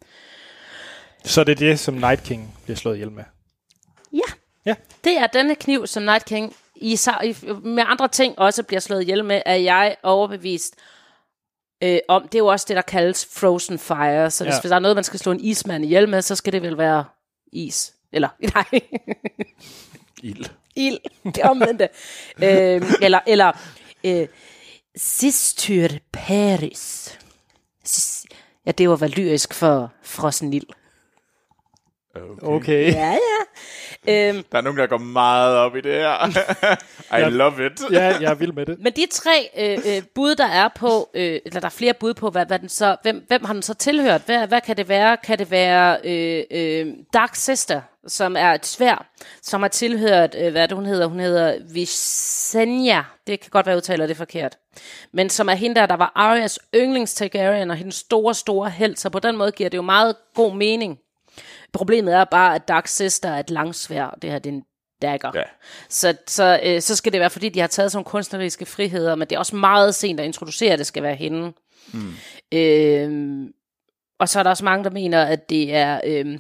Så det er det, som Night King bliver slået ihjel med? Ja. Ja. Det er denne kniv, som Night King i, med andre ting også bliver slået ihjel med, er jeg overbevist øh, om. Det er jo også det, der kaldes Frozen Fire. Så hvis, ja. hvis der er noget, man skal slå en ismand ihjel med, så skal det vel være is. Eller, nej. Ild. Ild, det er omvendte. øh, eller, eller øh, Sistyr Paris. Sis, ja, det var valyrisk for frossen ild. Okay. okay. Ja, ja. Øhm, der er nogen, der går meget op i det her. I ja, love it. ja, jeg er vild med det. Men de tre øh, øh, bud, der er på, øh, eller der er flere bud på, hvad, hvad den så, hvem, hvem har den så tilhørt? Hvad, hvad kan det være? Kan det være øh, øh, Dark Sister, som er et sværd, som har tilhørt, øh, hvad det hun hedder? Hun hedder Visenya. Det kan godt være, jeg udtaler det forkert. Men som er hende der, der var Aryas yndlings Targaryen, og hendes store, store held. Så på den måde giver det jo meget god mening. Problemet er bare, at Dark Sister er et langsværd, og det her det er en dagger. Ja. Så, så, øh, så skal det være, fordi de har taget sådan kunstneriske friheder, men det er også meget sent at introducere, at det skal være hende. Mm. Øh, og så er der også mange, der mener, at det er øhm,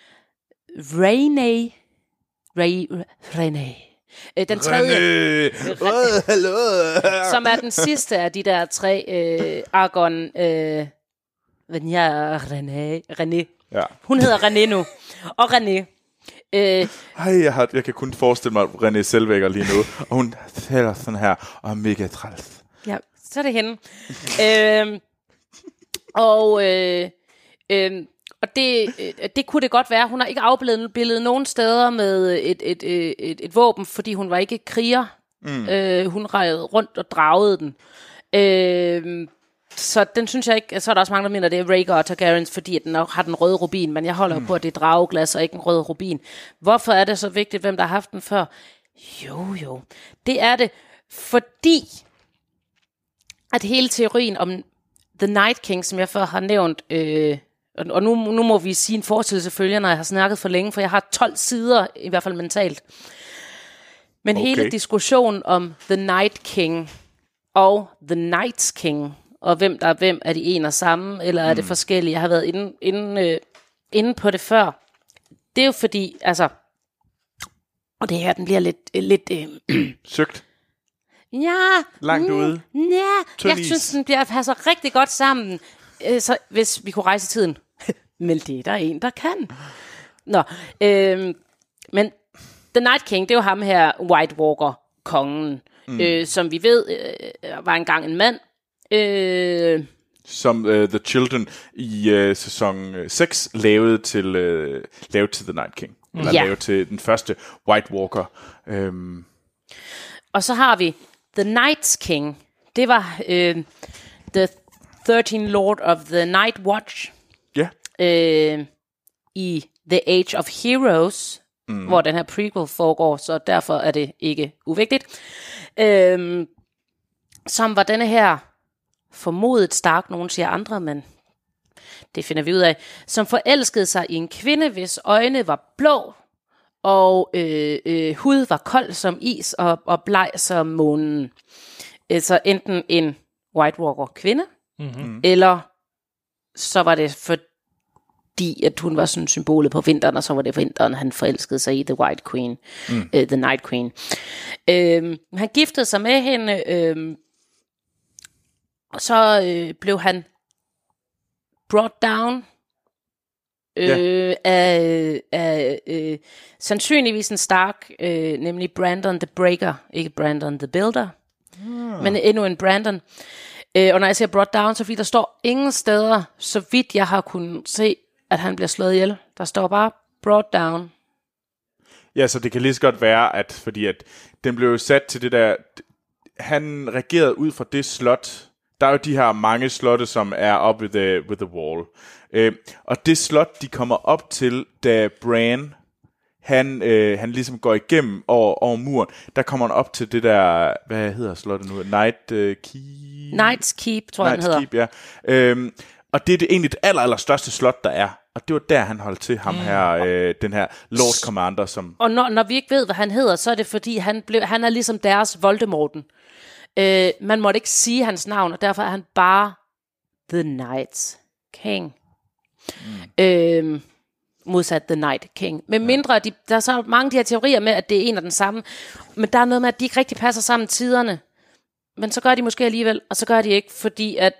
Rhaenys, Ray, Rhaenys, øh, den tredje, oh, hello. som er den sidste af de der tre øh, Argon, øh, Venya René, René. Ja. Hun hedder René nu, og René. Øh, Ej, jeg, har, jeg kan kun forestille mig René Zellweger lige nu, og hun taler sådan her, og er mega træls. Ja, så er det hende. øhm, og øh, øh, og det, øh, det kunne det godt være. Hun har ikke afbildet nogen steder med et, et, et, et, et våben, fordi hun var ikke kriger. Mm. Øh, hun rejede rundt og dragede den. Øh, så den synes jeg ikke. Så er der også mange, der mener, det er Rhaegar og Targaryens, fordi at den har den røde rubin. Men jeg holder mm. på, at det er drageglas og ikke en rød rubin. Hvorfor er det så vigtigt, hvem der har haft den før? Jo, jo. Det er det, fordi at hele teorien om The Night King, som jeg før har nævnt, øh, og nu, nu må vi sige en fortællelse følger, når jeg har snakket for længe, for jeg har tolv sider, i hvert fald mentalt. Men okay. Hele diskussionen om The Night King og The Night's King, og hvem der er hvem, er de en og samme, eller er mm. det forskellige? Jeg har været inde, inde, øh, inde på det før. Det er jo fordi, altså, og det her, den bliver lidt... Øh, lidt øh, Søgt. Ja. Langt ude. Mm, ja, jeg synes, den bliver passer rigtig godt sammen. Øh, så hvis vi kunne rejse i tiden. Men det er der en, der kan. Nå, øh, men The Night King, det er jo ham her, White Walker, kongen, mm. øh, som vi ved, øh, var engang en mand. Øh, som uh, The Children i uh, sæson seks lavede til, uh, lavede til The Night King. Mm. Eller ja. lavede til den første White Walker. Um. Og så har vi The Night's King. Det var øh, The thirteenth Lord of the Night Watch. Ja. Yeah. Øh, i The Age of Heroes, mm. hvor den her prequel foregår, så derfor er det ikke uvigtigt. Øh, som var denne her formodet Stark, nogen siger andre, men det finder vi ud af, som forelskede sig i en kvinde, hvis øjne var blå, og øh, øh, hud var kold som is, og, og bleg som månen. Så enten en White Walker kvinde, mm-hmm. eller så var det fordi, at hun var sådan symbolet på vinteren, og så var det vinteren, han forelskede sig i, The White Queen, mm. uh, The Night Queen. Uh, han giftede sig med hende, uh, og så uh, blev han brought down yeah. uh, af, af uh, sandsynligvis en Stark, uh, nemlig Brandon the Breaker, ikke Brandon the Builder, mm. men endnu en Brandon. Uh, og når jeg siger brought down, så fordi der står ingen steder, så vidt jeg har kunnet se, at han bliver slået ihjel. Der står bare brought down. Ja, så det kan lige så godt være, at fordi at den blev sat til det der, han reagerede ud fra det slot. Der er jo de her mange slotte, som er oppe ved the, with the wall. Uh, og det slot, de kommer op til, da Bran, han, øh, han ligesom går igennem over, over muren, der kommer han op til det der, hvad hedder slottet nu? Night øh, Keep? Night's Keep, tror jeg, Night's den hedder. Keep, ja. Øhm, og det er det egentlig det aller, aller største slot, der er. Og det var der, han holdt til, ham mm. her, øh, den her Lord Commander. Som og når, når vi ikke ved, hvad han hedder, så er det fordi, han, blev, han er ligesom deres Voldemorten. Øh, man måtte ikke sige hans navn, og derfor er han bare The Night's King. Mm. Øh, modsat The Night King. Med mindre, de, der er så mange af de her teorier med, at det er en og den samme, men der er noget med, at de ikke rigtig passer sammen tiderne. Men så gør de måske alligevel, og så gør de ikke, fordi at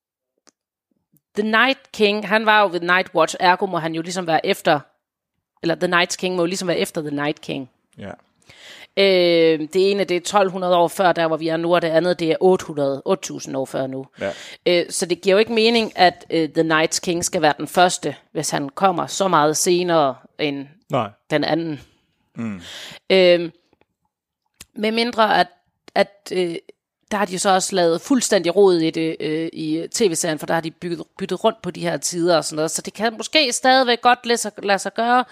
The Night King, han var jo ved Night Watch, ergo må han jo ligesom være efter, eller The Night's King må jo ligesom være efter The Night King. Ja. Øh, det ene, det er tolv hundrede år før, der hvor vi er nu, og det andet, det er otte hundrede, otte tusind år før nu. Ja. Øh, så det giver jo ikke mening, at uh, The Night's King skal være den første, hvis han kommer så meget senere end Nej. den anden. Mm. Øh, med mindre, at, at øh, der har de jo så også lavet fuldstændig rod i det øh, i tv-serien, for der har de bygget, byttet rundt på de her tider og sådan noget, så det kan måske stadigvæk godt lade sig, lade sig gøre.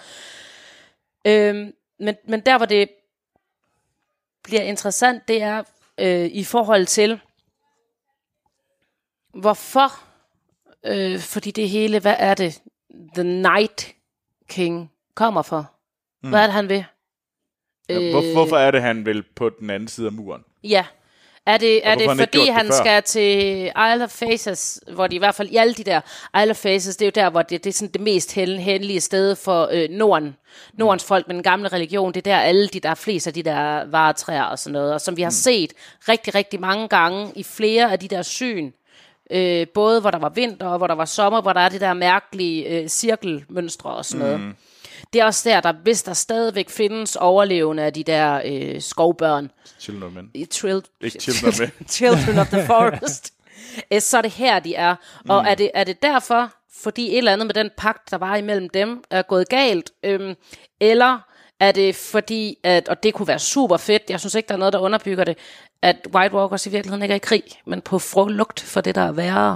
Øh, men, men der, hvor det bliver interessant, det er øh, i forhold til, hvorfor, øh, fordi det hele, hvad er det, The Night King kommer for? Mm. Hvad er det, han vil? Ja, hvor, hvorfor er det, han vil på den anden side af muren? Ja, Er det, er det han fordi, han han skal til Isle of Faces, hvor de i hvert fald i alle de der Isle of Faces, det er jo der, hvor det, det er sådan det mest hellige sted for øh, Norden. Nordens folk med den gamle religion, det er der alle de der flest af de der varetræer og sådan noget, og som vi har mm. set rigtig, rigtig mange gange i flere af de der syn, øh, både hvor der var vinter og hvor der var sommer, hvor der er det der mærkelige øh, cirkelmønstre og sådan noget. Mm. Det er også der, der, hvis der stadigvæk findes overlevende af de der øh, skovbørn. Children of Men. Trill, Ikke Children of Men. Children of the Forest. Så er det her, de er. Og mm. er, det, er det derfor, fordi et eller andet med den pagt, der var imellem dem, er gået galt? Øhm, eller er det fordi, at, og det kunne være super fedt, jeg synes ikke, der er noget, der underbygger det, at White Walkers i virkeligheden ikke er i krig, men på frugt for det, der er værre.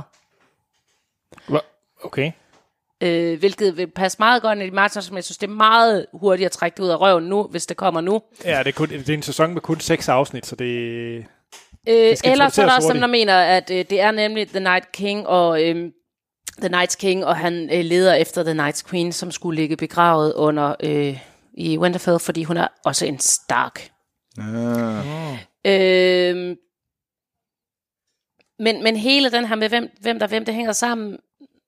Okay. Øh, hvilket vil passe meget godt ind i Martin, som jeg synes, det er meget hurtigt at trække det ud af røven nu, hvis det kommer nu. Ja, det er, kun, det er en sæson med kun seks afsnit, så det, øh, det skal eller så er der også hurtigt. dem, der mener, at øh, det er nemlig The Night King og øh, The Night's King, og han øh, leder efter The Night's Queen, som skulle ligge begravet under øh, i Winterfell, fordi hun er også en Stark. Ah. Øh, men, men hele den her med, hvem, hvem der hvem, det hænger sammen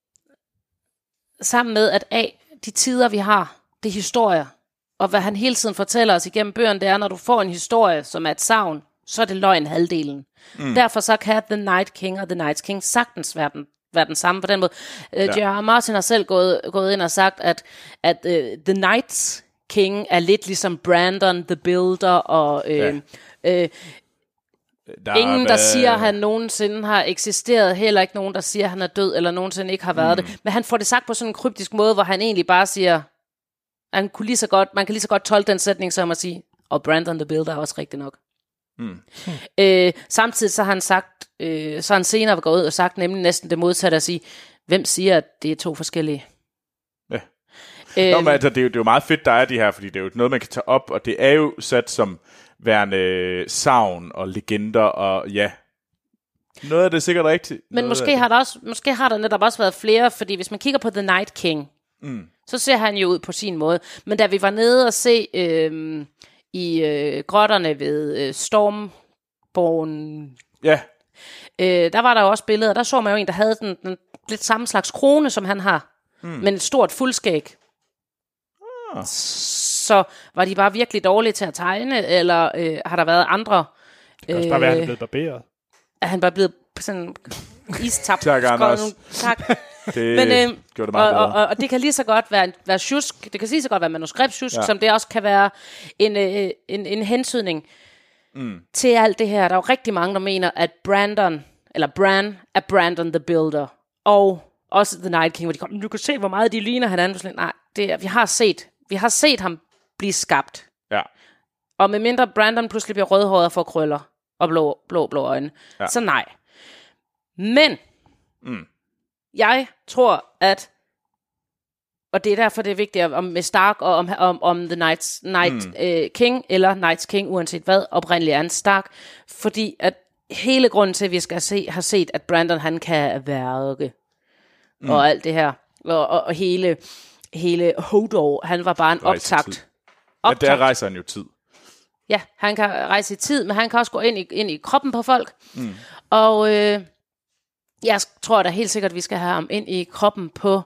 sammen med, at A, de tider, vi har, det er historier. Og hvad han hele tiden fortæller os igennem bøgerne, det er, når du får en historie, som er et savn, så er det løgn halvdelen. Mm. Derfor så kan The Night King og The Night's King sagtens være den, være den samme på den måde. Uh, ja. J R. Martin har selv gået, gået ind og sagt, at, at uh, The Night's King er lidt ligesom Brandon the Builder, og uh, ja. uh, Der ingen, der været... siger, at han nogensinde har eksisteret, heller ikke nogen, der siger, at han er død, eller nogensinde ikke har været mm. det. Men han får det sagt på sådan en kryptisk måde, hvor han egentlig bare siger, han kunne lige så godt, man kan lige så godt tolke den sætning, som at sige, og Brandon the Builder er også rigtig nok. Mm. Øh, samtidig så har han sagt, øh, så har han senere gået ud og sagt nemlig næsten det modsatte at sige, hvem siger, at det er to forskellige? Ja. Øh, Nå, men altså, det er, jo, det er jo meget fedt, der er de her, fordi det er jo noget, man kan tage op, og det er jo sat som værende savn og legender, og ja, noget af det er sikkert rigtigt. Men måske har, der også, måske har der netop også været flere, fordi hvis man kigger på The Night King, mm. så ser han jo ud på sin måde. Men da vi var nede og se øh, i øh, grotterne ved øh, Stormborn, ja. øh, der var der jo også billeder, der så man jo en, der havde den, den lidt samme slags krone, som han har, mm. men et stort fuldskæg. Ah. Så var de bare virkelig dårlige til at tegne, eller øh, har der været andre? Det kan også øh, bare være, at han er blevet barberet. At han bare blevet sådan istabt. Tak, Anders. Tak. Det Men, øh, gjorde det meget og, og, og, og det kan lige så godt være, være sjusk, det kan lige så godt være manuskriptsjusk, ja. Som det også kan være en, øh, en, en hensydning mm. til alt det her. Der er jo rigtig mange, der mener, at Brandon, eller Bran, er Brandon the Builder, og også The Night King, hvor de kommer, du kan se, hvor meget de ligner hinanden. Nej, det er, vi har set Vi har set ham blive skabt. Ja. Og med mindre Brandon pludselig bliver rødhåret og får krøller og blå, blå, blå øjne. Ja. Så nej. Men mm. jeg tror, at og det er derfor, det er vigtigt om med Stark og om, om, om The Night's, Night mm. øh, King eller Night's King, uanset hvad, oprindeligt er en Stark. Fordi at hele grunden til, at vi skal se, har set, at Brandon han kan værke. Mm. Og alt det her. Og, og, og hele... Hele Hodor, han var bare en optakt. Ja, der rejser han jo tid. Ja, han kan rejse i tid, men han kan også gå ind i, ind i kroppen på folk. Mm. Og øh, jeg tror da helt sikkert, at vi skal have ham ind i kroppen på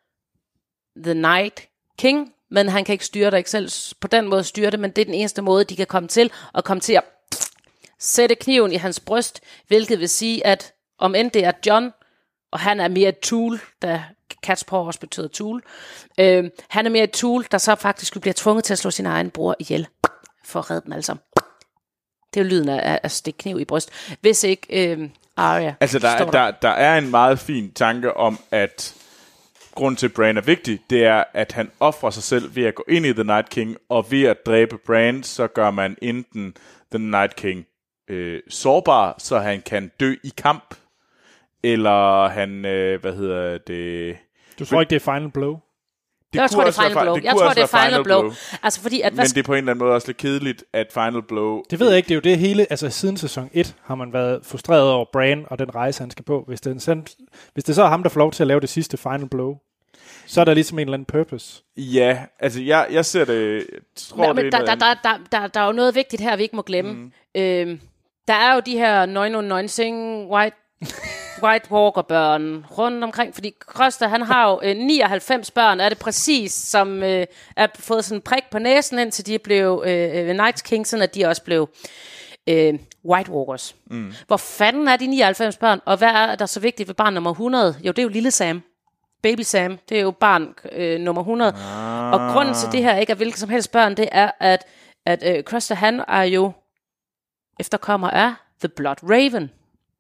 The Night King, men han kan ikke styre det, ikke selv på den måde styre det, men det er den eneste måde, de kan komme til, at komme til at sætte kniven i hans bryst, hvilket vil sige, at om end det er Jon, og han er mere et tool, da Cat's Paw også betyder tool. Øh, han er mere et tool, der så faktisk bliver tvunget til at slå sin egen bror ihjel, for at redde dem alle sammen. Det er jo lyden af at stikke kniv i bryst. Hvis ikke øh, Arya altså der, der. Der, der er en meget fin tanke om, at grunden til, at Bran er vigtig, det er, at han offrer sig selv ved at gå ind i The Night King, og ved at dræbe Bran, så gør man enten The Night King øh, sårbar, så han kan dø i kamp, eller han, øh, hvad hedder det... Du tror ikke, det er Final Blow? Det jeg tror, det er Final Blow. Jeg tror, det er Final Blow. blow. Altså, fordi at, men det er på en eller anden måde også lidt kedeligt, at Final Blow... Det ved jeg ikke, det er jo det hele... Altså, siden sæson et har man været frustreret over Bran og den rejse, han skal på. Hvis det, er, hvis det så er ham, der får lov til at lave det sidste Final Blow, så er der ligesom en eller anden purpose. Ja, altså, jeg, jeg ser det... Jeg tror, men, det men der, der, der, der, der, der er jo noget vigtigt her, vi ikke må glemme. Mm. Øhm, der er jo de her nine oh nine sing white, white walker børn rundt omkring, fordi Krøster, han har jo øh, nioghalvfems børn, er det præcis, som øh, er fået sådan en prik på næsen, indtil de blev øh, Night King, sådan at de også blev øh, White Walkers. Mm. Hvor fanden er de nioghalvfems børn, og hvad er der så vigtigt ved barn nummer hundrede? Jo, det er jo lille Sam. Baby Sam, det er jo barn øh, nummer hundrede. Ah. Og grunden til det her ikke er hvilket som helst børn, det er, at, at øh, Krøster, han er jo efterkommer af The Blood Raven.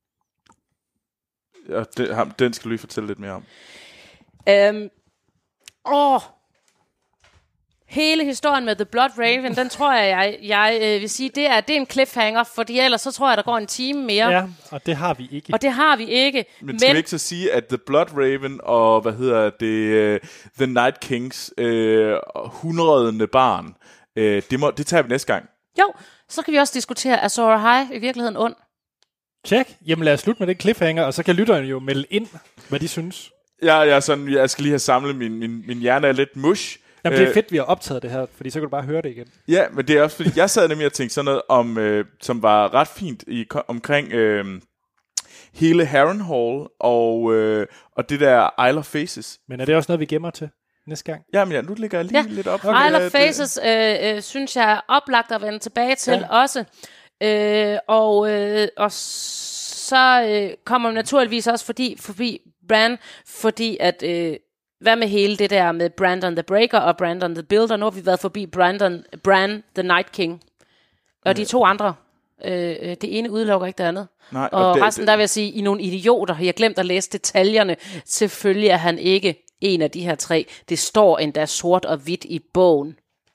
Ja, det, ham, den skal du lige fortælle lidt mere om. Øhm, åh, hele historien med The Blood Raven, den tror jeg, jeg, jeg øh, vil sige, det er, det er en cliffhanger, fordi ellers så tror jeg, der går en time mere. Ja, og det har vi ikke. Og det har vi ikke. Men, men skal vi ikke så sige, at The Blood Raven og, hvad hedder det, uh, The Night Kings uh, hundredende barn, uh, det, må, det tager vi næste gang. Jo, så kan vi også diskutere, er Azor Ahai i virkeligheden ond? Tjek. Jamen lad os slutte med den cliffhanger, og så kan lytterne jo melde ind, hvad de synes. Ja, jeg, er sådan, jeg skal lige have samlet min, min, min hjerne er lidt mush. Jamen det er fedt, vi har optaget det her, fordi så kan du bare høre det igen. Ja, men det er også fordi, jeg sad nemlig og tænkte sådan noget, om, øh, som var ret fint i, omkring øh, hele Harrenhal og, øh, og det der Isle of Faces. Men er det også noget, vi gemmer til næste gang? Jamen ja, nu ligger jeg lige ja. lidt op. Okay. Isle of Faces øh, øh, synes jeg er oplagt at vende tilbage til ja. også. Øh, og, øh, og så øh, kommer naturligvis også fordi, forbi Bran, fordi at... Øh, hvad med hele det der med Brandon the Breaker og Brandon the Builder? Nu har vi været forbi Brandon, Bran the Night King. Og de to andre, øh, det ene udelukker ikke det andet. Nej, og og det, resten, der vil jeg sige, I nogle idioter. Jeg har glemt at læse detaljerne. Selvfølgelig er han ikke en af de her tre. Det står endda sort og hvidt i bogen.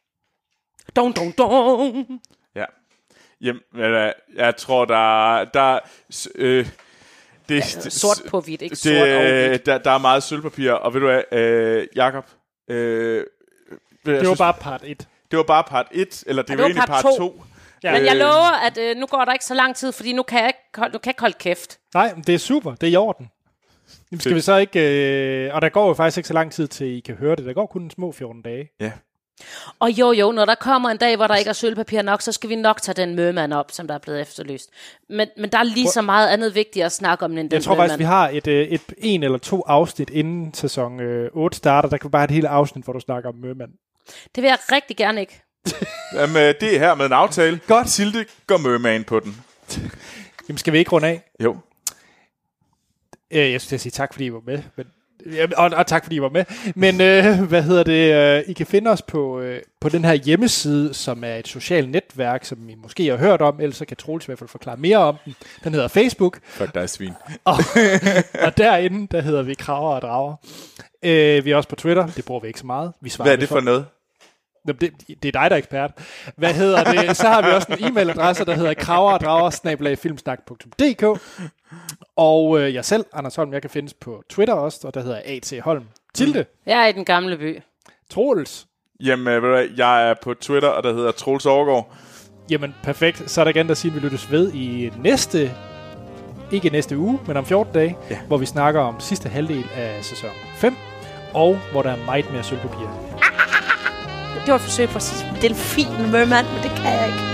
Dun, dun, dun. Ja. Jamen, jeg tror, der... der øh, Det, ja, det, sort på hvidt, ikke det, sort og hvidt. Der, der er meget sølvpapir, og ved du hvad, øh, Jakob? Øh, det var synes, bare part et. Det var bare part et, eller det, ja, det var egentlig part to. to. Ja. Men jeg lover, at øh, nu går der ikke så lang tid, fordi nu kan jeg ikke, nu kan jeg ikke holde kæft. Nej, det er super, det er i orden. Jamen, skal vi så ikke... Øh, og der går jo faktisk ikke så lang tid til, I kan høre det. Der går kun en små fjorten dage. Ja. Og jo, jo, når der kommer en dag, hvor der ikke er sølvpapir nok, så skal vi nok tage den mødmand op, som der er blevet efterlyst. Men, men der er lige så meget andet vigtigt at snakke om end den Jeg tror mødmand. faktisk, vi har et, et, et, en eller to afsnit inden sæson øh, otte starter. Der kan vi bare have et helt afsnit, hvor du snakker om mødmand. Det vil jeg rigtig gerne ikke. Jamen, det er her med en aftale. Godt. Silde går mødmand på den. Jamen, skal vi ikke runde af? Jo. Øh, jeg skal sige tak, fordi I var med. Men Og, og tak fordi I var med. Men øh, hvad hedder det? Øh, I kan finde os på, øh, på den her hjemmeside, som er et socialt netværk, som I måske har hørt om, ellers så kan Troels i hvert fald forklare mere om den. Den hedder Facebook. Fuck dig, svin. og, og derinde, der hedder vi Kraver og Drager. Øh, vi er også på Twitter. Det bruger vi ikke så meget. Vi Hvad er det for, for noget? Det, det er dig, der er ekspert. Hvad hedder det? Så har vi også en e-mailadresse, der hedder kraverdrager snabel-a filmsnak punktum d k. Og øh, jeg selv, Anders Holm, jeg kan findes på Twitter også, og der hedder A T Holm. Tilde. Jeg er i den gamle by. Troels. Jamen, ved du hvad, jeg er på Twitter, og der hedder Troels Overgaard. Jamen, perfekt. Så er der igen, der siger, at vi lyttes ved i næste, ikke næste uge, men om fjorten dage, ja. Hvor vi snakker om sidste halvdel af sæson fem, og hvor der er meget mere sølvpapir. Det var et forsøg på at sige delfin merman, men det kan jeg ikke.